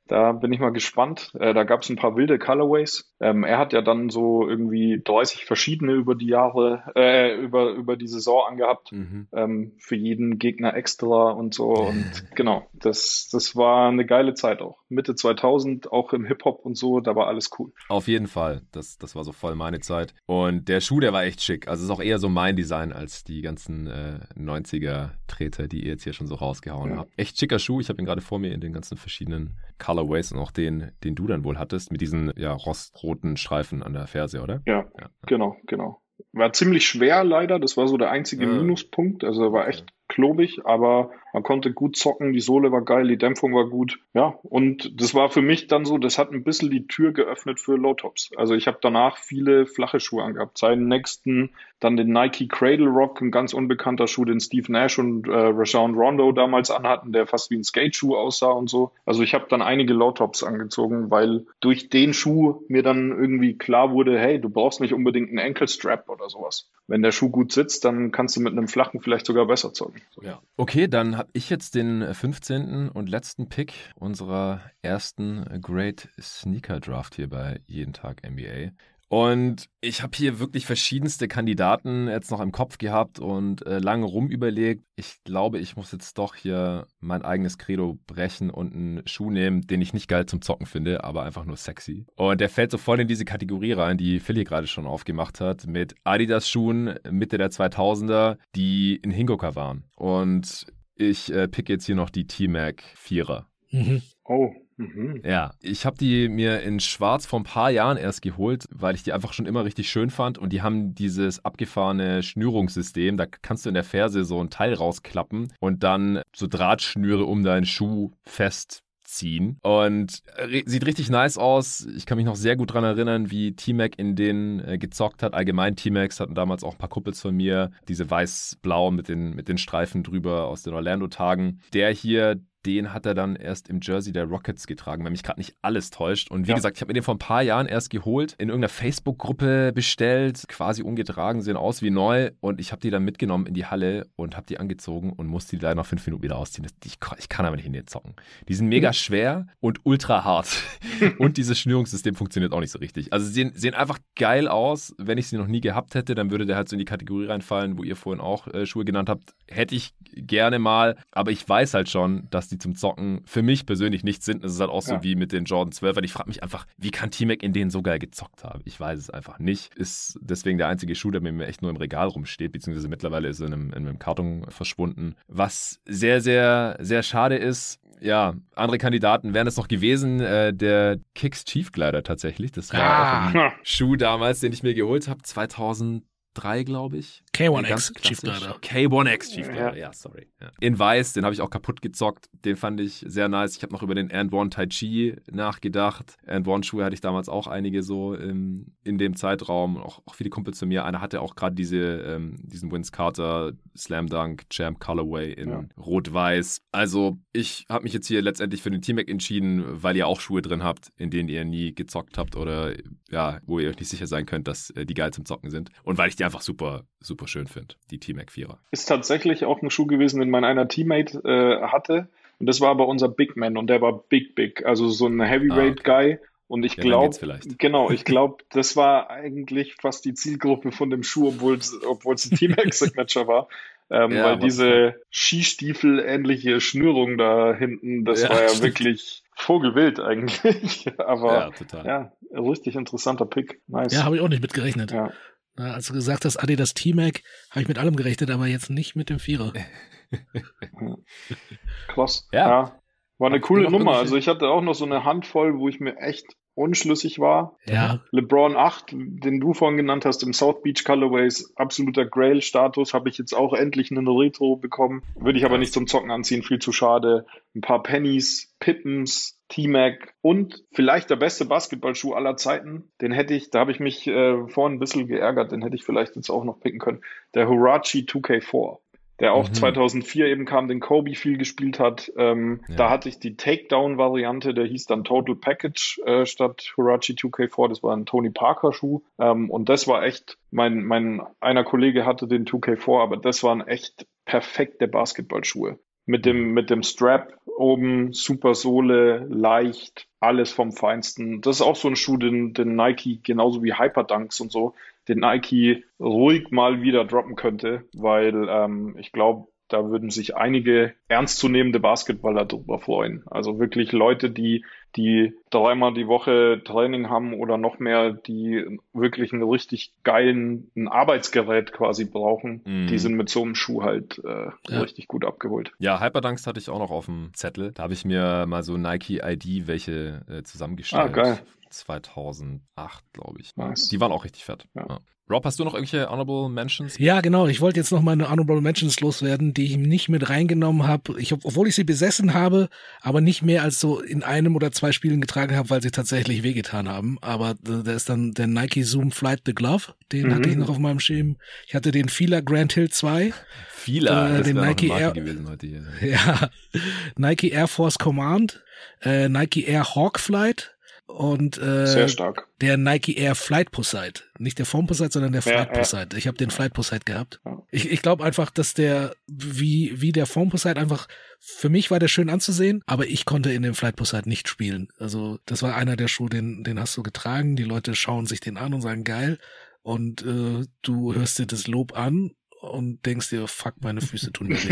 Da bin ich mal gespannt. Äh, da gab es ein paar wilde Colorways. Ähm, er hat ja dann so irgendwie dreißig verschiedene über die Jahre, äh, über, über die Saison angehabt. Mhm. Ähm, für jeden Gegner extra und so. Und genau, das, das war eine geile Zeit auch. Mitte zweitausend, auch im Hip-Hop und so, da war alles cool. Auf jeden Fall. Das, das war so voll meine Zeit. Und der Schuh, der war echt schick. Also ist auch eher so mein Design als die ganzen äh, neunziger-Treter, die ihr jetzt hier schon so rausgehauen Ja. habt. Echt schicker Schuh. Ich habe ihn gerade vor mir in den ganzen verschiedenen Colorways und auch den, den du dann wohl hattest, mit diesen ja, rostroten Streifen an der Ferse, oder? Ja, Ja. genau, genau. War ziemlich schwer leider, das war so der einzige Ah. Minuspunkt, also er war Okay. echt klobig, aber man konnte gut zocken, die Sohle war geil, die Dämpfung war gut, ja, und das war für mich dann so, das hat ein bisschen die Tür geöffnet für Low-Tops. Also ich habe danach viele flache Schuhe angehabt, seinen nächsten, dann den Nike Cradle Rock, ein ganz unbekannter Schuh, den Steve Nash und äh, Rajon Rondo damals anhatten, der fast wie ein Skateschuh aussah und so. Also ich habe dann einige Low-Tops angezogen, weil durch den Schuh mir dann irgendwie klar wurde, hey, du brauchst nicht unbedingt einen Ankle Strap oder sowas. Wenn der Schuh gut sitzt, dann kannst du mit einem flachen vielleicht sogar besser zocken. Ja. Okay, dann habe ich jetzt den fünfzehnten und letzten Pick unserer ersten Great Sneaker Draft hier bei Jeden Tag N B A. Und ich habe hier wirklich verschiedenste Kandidaten jetzt noch im Kopf gehabt und äh, lange rumüberlegt. Ich glaube, ich muss jetzt doch hier mein eigenes Credo brechen und einen Schuh nehmen, den ich nicht geil zum Zocken finde, aber einfach nur sexy. Und der fällt so voll in diese Kategorie rein, die Philly gerade schon aufgemacht hat, mit Adidas-Schuhen Mitte der zweitausender, die in Hingucker waren. Und ich äh, pick jetzt hier noch die T-Mac Vierer. Mhm. Oh, mhm. Ja, ich habe die mir in Schwarz vor ein paar Jahren erst geholt, weil ich die einfach schon immer richtig schön fand. Und die haben dieses abgefahrene Schnürungssystem. Da kannst du in der Ferse so ein Teil rausklappen und dann so Drahtschnüre um deinen Schuh festziehen. Und re- sieht richtig nice aus. Ich kann mich noch sehr gut dran erinnern, wie T-Mac in denen äh, gezockt hat. Allgemein T-Macs hatten damals auch ein paar Kumpels von mir. Diese weiß-blau mit den, mit den Streifen drüber aus den Orlando-Tagen. Der hier, den hat er dann erst im Jersey der Rockets getragen, wenn mich gerade nicht alles täuscht. Und wie Ja. gesagt, ich habe mir den vor ein paar Jahren erst geholt, in irgendeiner Facebook-Gruppe bestellt, quasi ungetragen, sehen aus wie neu. Und ich habe die dann mitgenommen in die Halle und habe die angezogen und musste die leider nach fünf Minuten wieder ausziehen. Das- Ich, ich kann aber nicht in den zocken. Die sind mega schwer und ultra hart. Und dieses Schnürungssystem funktioniert auch nicht so richtig. Also sie sehen, sehen einfach geil aus. Wenn ich sie noch nie gehabt hätte, dann würde der halt so in die Kategorie reinfallen, wo ihr vorhin auch äh, Schuhe genannt habt. Hätte ich gerne mal, aber ich weiß halt schon, dass die zum Zocken für mich persönlich nichts sind. Das ist halt auch so Ja. wie mit den Jordan zwölf. Weil ich frage mich einfach, wie kann T-Mac in denen so geil gezockt haben? Ich weiß es einfach nicht. Ist deswegen der einzige Schuh, der mir echt nur im Regal rumsteht, beziehungsweise mittlerweile ist er in einem, in einem Karton verschwunden. Was sehr, sehr, sehr schade ist. Ja, andere Kandidaten wären es noch gewesen. Äh, der Kicks Chief Glider tatsächlich. Das war Ah. auch ein Schuh damals, den ich mir geholt habe. zweitausenddrei, glaube ich. K eins Ganz X Chief klassisch. Glider. K eins X Chief Glider, Ja. ja, sorry. Ja. In weiß, den habe ich auch kaputt gezockt. Den fand ich sehr nice. Ich habe noch über den And One Tai Chi nachgedacht. And One Schuhe hatte ich damals auch einige so im, in dem Zeitraum. Auch, auch viele Kumpels zu mir. Einer hatte auch gerade diese, ähm, diesen Vince Carter Slam Dunk Champ Colorway in Ja. Rot-Weiß. Also ich habe mich jetzt hier letztendlich für den T-Mac entschieden, weil ihr auch Schuhe drin habt, in denen ihr nie gezockt habt oder ja, wo ihr euch nicht sicher sein könnt, dass äh, die geil zum Zocken sind. Und weil ich die einfach super, super schön finde, die T-Mac Vierer. Ist tatsächlich auch ein Schuh gewesen, den mein einer Teammate äh, hatte. Und das war aber unser Big Man und der war big, big. Also so ein Heavyweight-Guy. Und ich Ja, dann glaube, geht's vielleicht. genau, ich glaube, das war eigentlich fast die Zielgruppe von dem Schuh, obwohl es obwohl es ein Team-Signature war. Ähm, Ja, weil what the diese Skistiefel-ähnliche Schnürung da hinten, das Ja, war ja stimmt. wirklich vogelwild eigentlich. Ja, Aber total. ja, richtig interessanter Pick. Nice. Ja, habe ich auch nicht mitgerechnet. Ja. Na, als du gesagt hast, Adidas T-Mac, habe ich mit allem gerechnet, aber jetzt nicht mit dem Vierer. Krass. Ja. Ja. War eine Habt ihr coole noch Nummer. irgendwelche- Also ich hatte auch noch so eine Handvoll, wo ich mir echt unschlüssig war. Ja, LeBron acht, den du vorhin genannt hast, im South Beach Colorways, absoluter Grail-Status, habe ich jetzt auch endlich einen Retro bekommen. Würde ich aber Krass. nicht zum Zocken anziehen, viel zu schade. Ein paar Pennies, Pippens, T-Mac und vielleicht der beste Basketballschuh aller Zeiten. Den hätte ich, da habe ich mich äh, vorhin ein bisschen geärgert, den hätte ich vielleicht jetzt auch noch picken können. Der Huarache zwei K vier. Der auch Mhm. zweitausendvier eben kam, den Kobe viel gespielt hat. Ähm, Ja. Da hatte ich die Takedown-Variante, der hieß dann Total Package äh, statt Huarache zwei K vier. Das war ein Tony Parker-Schuh. Ähm, und das war echt, mein, mein einer Kollege hatte den zwei K vier, aber das waren echt perfekte Basketballschuhe. Mit dem, mit dem Strap oben, super Sohle, leicht, alles vom Feinsten. Das ist auch so ein Schuh, den, den Nike, genauso wie Hyperdunks und so, den Nike ruhig mal wieder droppen könnte, weil ähm, ich glaube, da würden sich einige ernstzunehmende Basketballer drüber freuen. Also wirklich Leute, die, die dreimal die Woche Training haben oder noch mehr, die wirklich einen richtig geilen, ein Arbeitsgerät quasi brauchen, mm. die sind mit so einem Schuh halt äh, ja. richtig gut abgeholt. Ja, Hyperdunks hatte ich auch noch auf dem Zettel. Da habe ich mir mal so Nike I D welche äh, zusammengestellt. Ah, geil. zweitausendacht, glaube ich. Nice. Die waren auch richtig fett. Ja. Ja. Rob, hast du noch irgendwelche Honorable Mentions? Ja, genau. Ich wollte jetzt noch meine Honorable Mentions loswerden, die ich nicht mit reingenommen habe. Ich, obwohl ich sie besessen habe, aber nicht mehr als so in einem oder zwei Spielen getragen habe, weil sie tatsächlich wehgetan haben. Aber da ist dann der Nike Zoom Flight the Glove. Den mhm. hatte ich noch auf meinem Schirm. Ich hatte den Fila Grand Hill zwei. Fila, äh, das den Nike Air gewesen heute hier. Ja, Nike Air Force Command, äh, Nike Air Hawk Flight. Und äh, sehr stark. Der Nike Air Flight Poseid. Nicht der Foam Poseid, sondern der Flight ja, ja. Poseid. Ich habe den Flight Poseid gehabt. Ja. Ich, ich glaube einfach, dass der, wie, wie der Foam Poseid einfach, für mich war der schön anzusehen, aber ich konnte in dem Flight Poseid nicht spielen. Also das war einer der Schuhe, den, den hast du getragen. Die Leute schauen sich den an und sagen, geil. Und äh, du hörst dir das Lob an und denkst dir, fuck, meine Füße tun mir weh.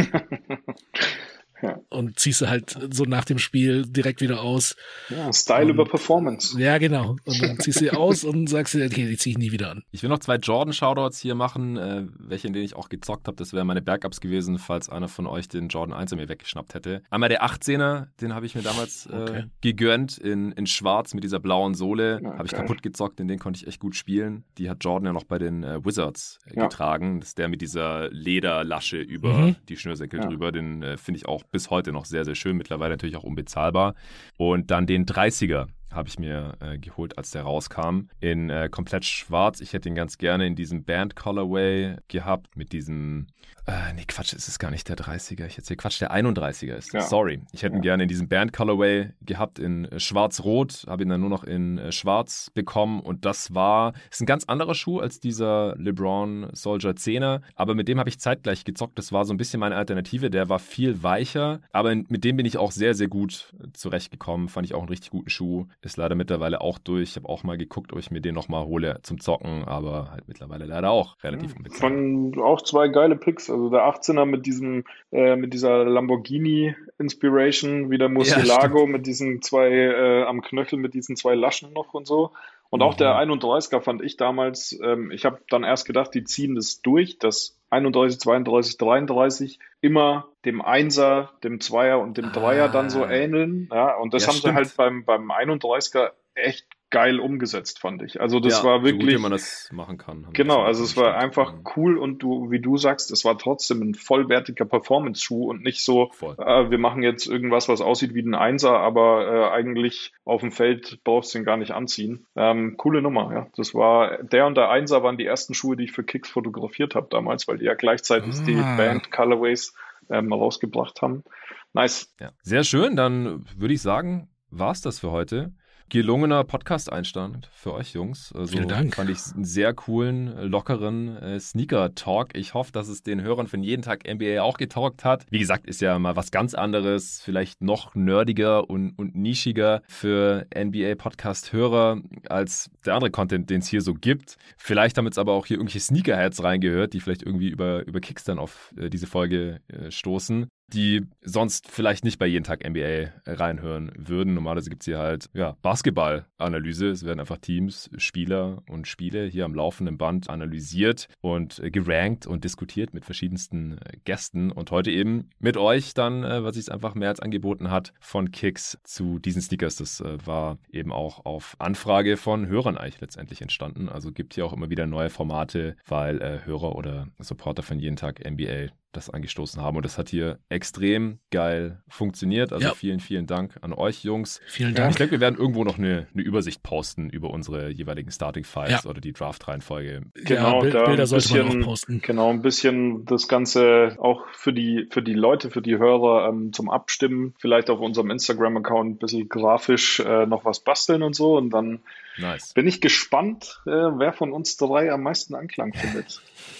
Ja. Und ziehst du halt so nach dem Spiel direkt wieder aus. Ja, Style und, über Performance. Ja, genau. Und dann ziehst du sie aus und sagst dir, okay, die zieh ich nie wieder an. Ich will noch zwei Jordan-Shoutouts hier machen, äh, welche, in denen ich auch gezockt habe. Das wären meine Backups gewesen, falls einer von euch den Jordan eins mir weggeschnappt hätte. Einmal der achtzehner, den habe ich mir damals äh, okay. gegönnt, in, in schwarz mit dieser blauen Sohle. Okay. Habe ich kaputt gezockt, in den konnte ich echt gut spielen. Die hat Jordan ja noch bei den äh, Wizards äh, ja. getragen. Das ist der mit dieser Lederlasche über mhm. die Schnürsenkel ja. drüber. Den äh, finde ich auch bis heute noch sehr, sehr schön. Mittlerweile natürlich auch unbezahlbar. Und dann den dreißiger habe ich mir äh, geholt, als der rauskam. In äh, komplett schwarz. Ich hätte ihn ganz gerne in diesem Band-Colorway gehabt. Mit diesem, äh, nee, Quatsch, ist es gar nicht der dreißiger. Ich erzähle Quatsch, der einunddreißiger ist. Ja. Sorry. Ich hätte ihn ja. gerne in diesem Band-Colorway gehabt, in äh, schwarz-rot. Habe ihn dann nur noch in äh, schwarz bekommen. Und das war, ist ein ganz anderer Schuh als dieser LeBron Soldier zehner. Aber mit dem habe ich zeitgleich gezockt. Das war so ein bisschen meine Alternative. Der war viel weicher. Aber mit dem bin ich auch sehr, sehr gut zurechtgekommen. Fand ich auch einen richtig guten Schuh. Ist leider mittlerweile auch durch. Ich habe auch mal geguckt, ob ich mir den nochmal hole zum Zocken, aber halt mittlerweile leider auch relativ ja, unbezahlbar. Von auch zwei geile Picks. Also der achtzehner mit diesem, äh, mit dieser Lamborghini Inspiration, wie der Murcielago ja, mit diesen zwei äh, am Knöchel, mit diesen zwei Laschen noch und so. Und auch der einunddreißiger fand ich damals, ähm, ich habe dann erst gedacht, die ziehen das durch, das einunddreißig, zweiunddreißig, dreiunddreißig immer dem Einser, dem Zweier und dem Dreier ah. dann so ähneln. Ja, und das ja, haben stimmt. sie halt beim, beim einunddreißiger echt geil umgesetzt, fand ich. Also das ja, war wirklich, so gut, wie man das machen kann. Genau, also es war einfach cool und du, wie du sagst, es war trotzdem ein vollwertiger Performance-Schuh und nicht so, äh, wir machen jetzt irgendwas, was aussieht wie ein Einser, aber äh, eigentlich auf dem Feld brauchst du den gar nicht anziehen. Ähm, coole Nummer, ja. Das war, der und der Einser waren die ersten Schuhe, die ich für Kicks fotografiert habe damals, weil die ja gleichzeitig ah. die Band Colorways ähm, rausgebracht haben. Nice. Ja. Sehr schön, dann würde ich sagen, war's das für heute. Gelungener Podcast-Einstand für euch Jungs. Also Vielen Dank. Fand ich einen sehr coolen, lockeren äh, Sneaker-Talk. Ich hoffe, dass es den Hörern von jeden Tag N B A auch getaugt hat. Wie gesagt, ist ja mal was ganz anderes, vielleicht noch nerdiger und, und nischiger für N B A-Podcast-Hörer als der andere Content, den es hier so gibt. Vielleicht haben jetzt aber auch hier irgendwelche Sneakerheads reingehört, die vielleicht irgendwie über, über Kicks dann auf äh, diese Folge äh, stoßen, die sonst vielleicht nicht bei jeden Tag N B A reinhören würden. Normalerweise gibt es hier halt ja, Basketball-Analyse. Es werden einfach Teams, Spieler und Spiele hier am laufenden Band analysiert und äh, gerankt und diskutiert mit verschiedensten äh, Gästen. Und heute eben mit euch dann, äh, was sich einfach mehr als angeboten hat, von Kicks zu diesen Sneakers. Das äh, war eben auch auf Anfrage von Hörern eigentlich letztendlich entstanden. Also gibt hier auch immer wieder neue Formate, weil äh, Hörer oder Supporter von jeden Tag N B A das angestoßen haben. Und das hat hier extrem geil funktioniert. Also ja. vielen, vielen Dank an euch, Jungs. Vielen Dank. Ich denke, wir werden irgendwo noch eine, eine Übersicht posten über unsere jeweiligen Starting Fives ja. oder die Draft-Reihenfolge. Genau, ja, da Bilder sollte bisschen, man auch posten. Genau, ein bisschen das Ganze auch für die, für die Leute, für die Hörer ähm, zum Abstimmen. Vielleicht auf unserem Instagram-Account ein bisschen grafisch äh, noch was basteln und so. Und dann nice. Bin ich gespannt, äh, wer von uns drei am meisten Anklang findet.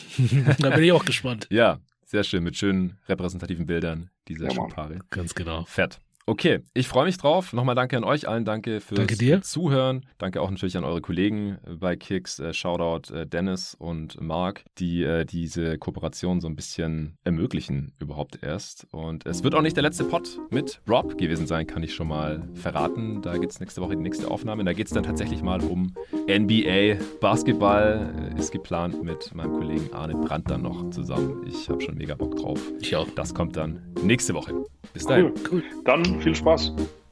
Da bin ich auch gespannt. Ja. Sehr schön, mit schönen repräsentativen Bildern dieser ja, Schuhpaare. Ganz genau. Fett. Okay, ich freue mich drauf. Nochmal danke an euch allen. Danke fürs danke dir. Zuhören. Danke auch natürlich an eure Kollegen bei Kicks. Äh, Shoutout äh, Dennis und Marc, die äh, diese Kooperation so ein bisschen ermöglichen überhaupt erst. Und es wird auch nicht der letzte Pod mit Rob gewesen sein, kann ich schon mal verraten. Da gibt es nächste Woche die nächste Aufnahme. Da geht es dann tatsächlich mal um N B A Basketball. Äh, ist geplant mit meinem Kollegen Arne Brandt dann noch zusammen. Ich habe schon mega Bock drauf. Ich auch. Das kommt dann nächste Woche. Bis dahin. Cool. Dann viel Spaß.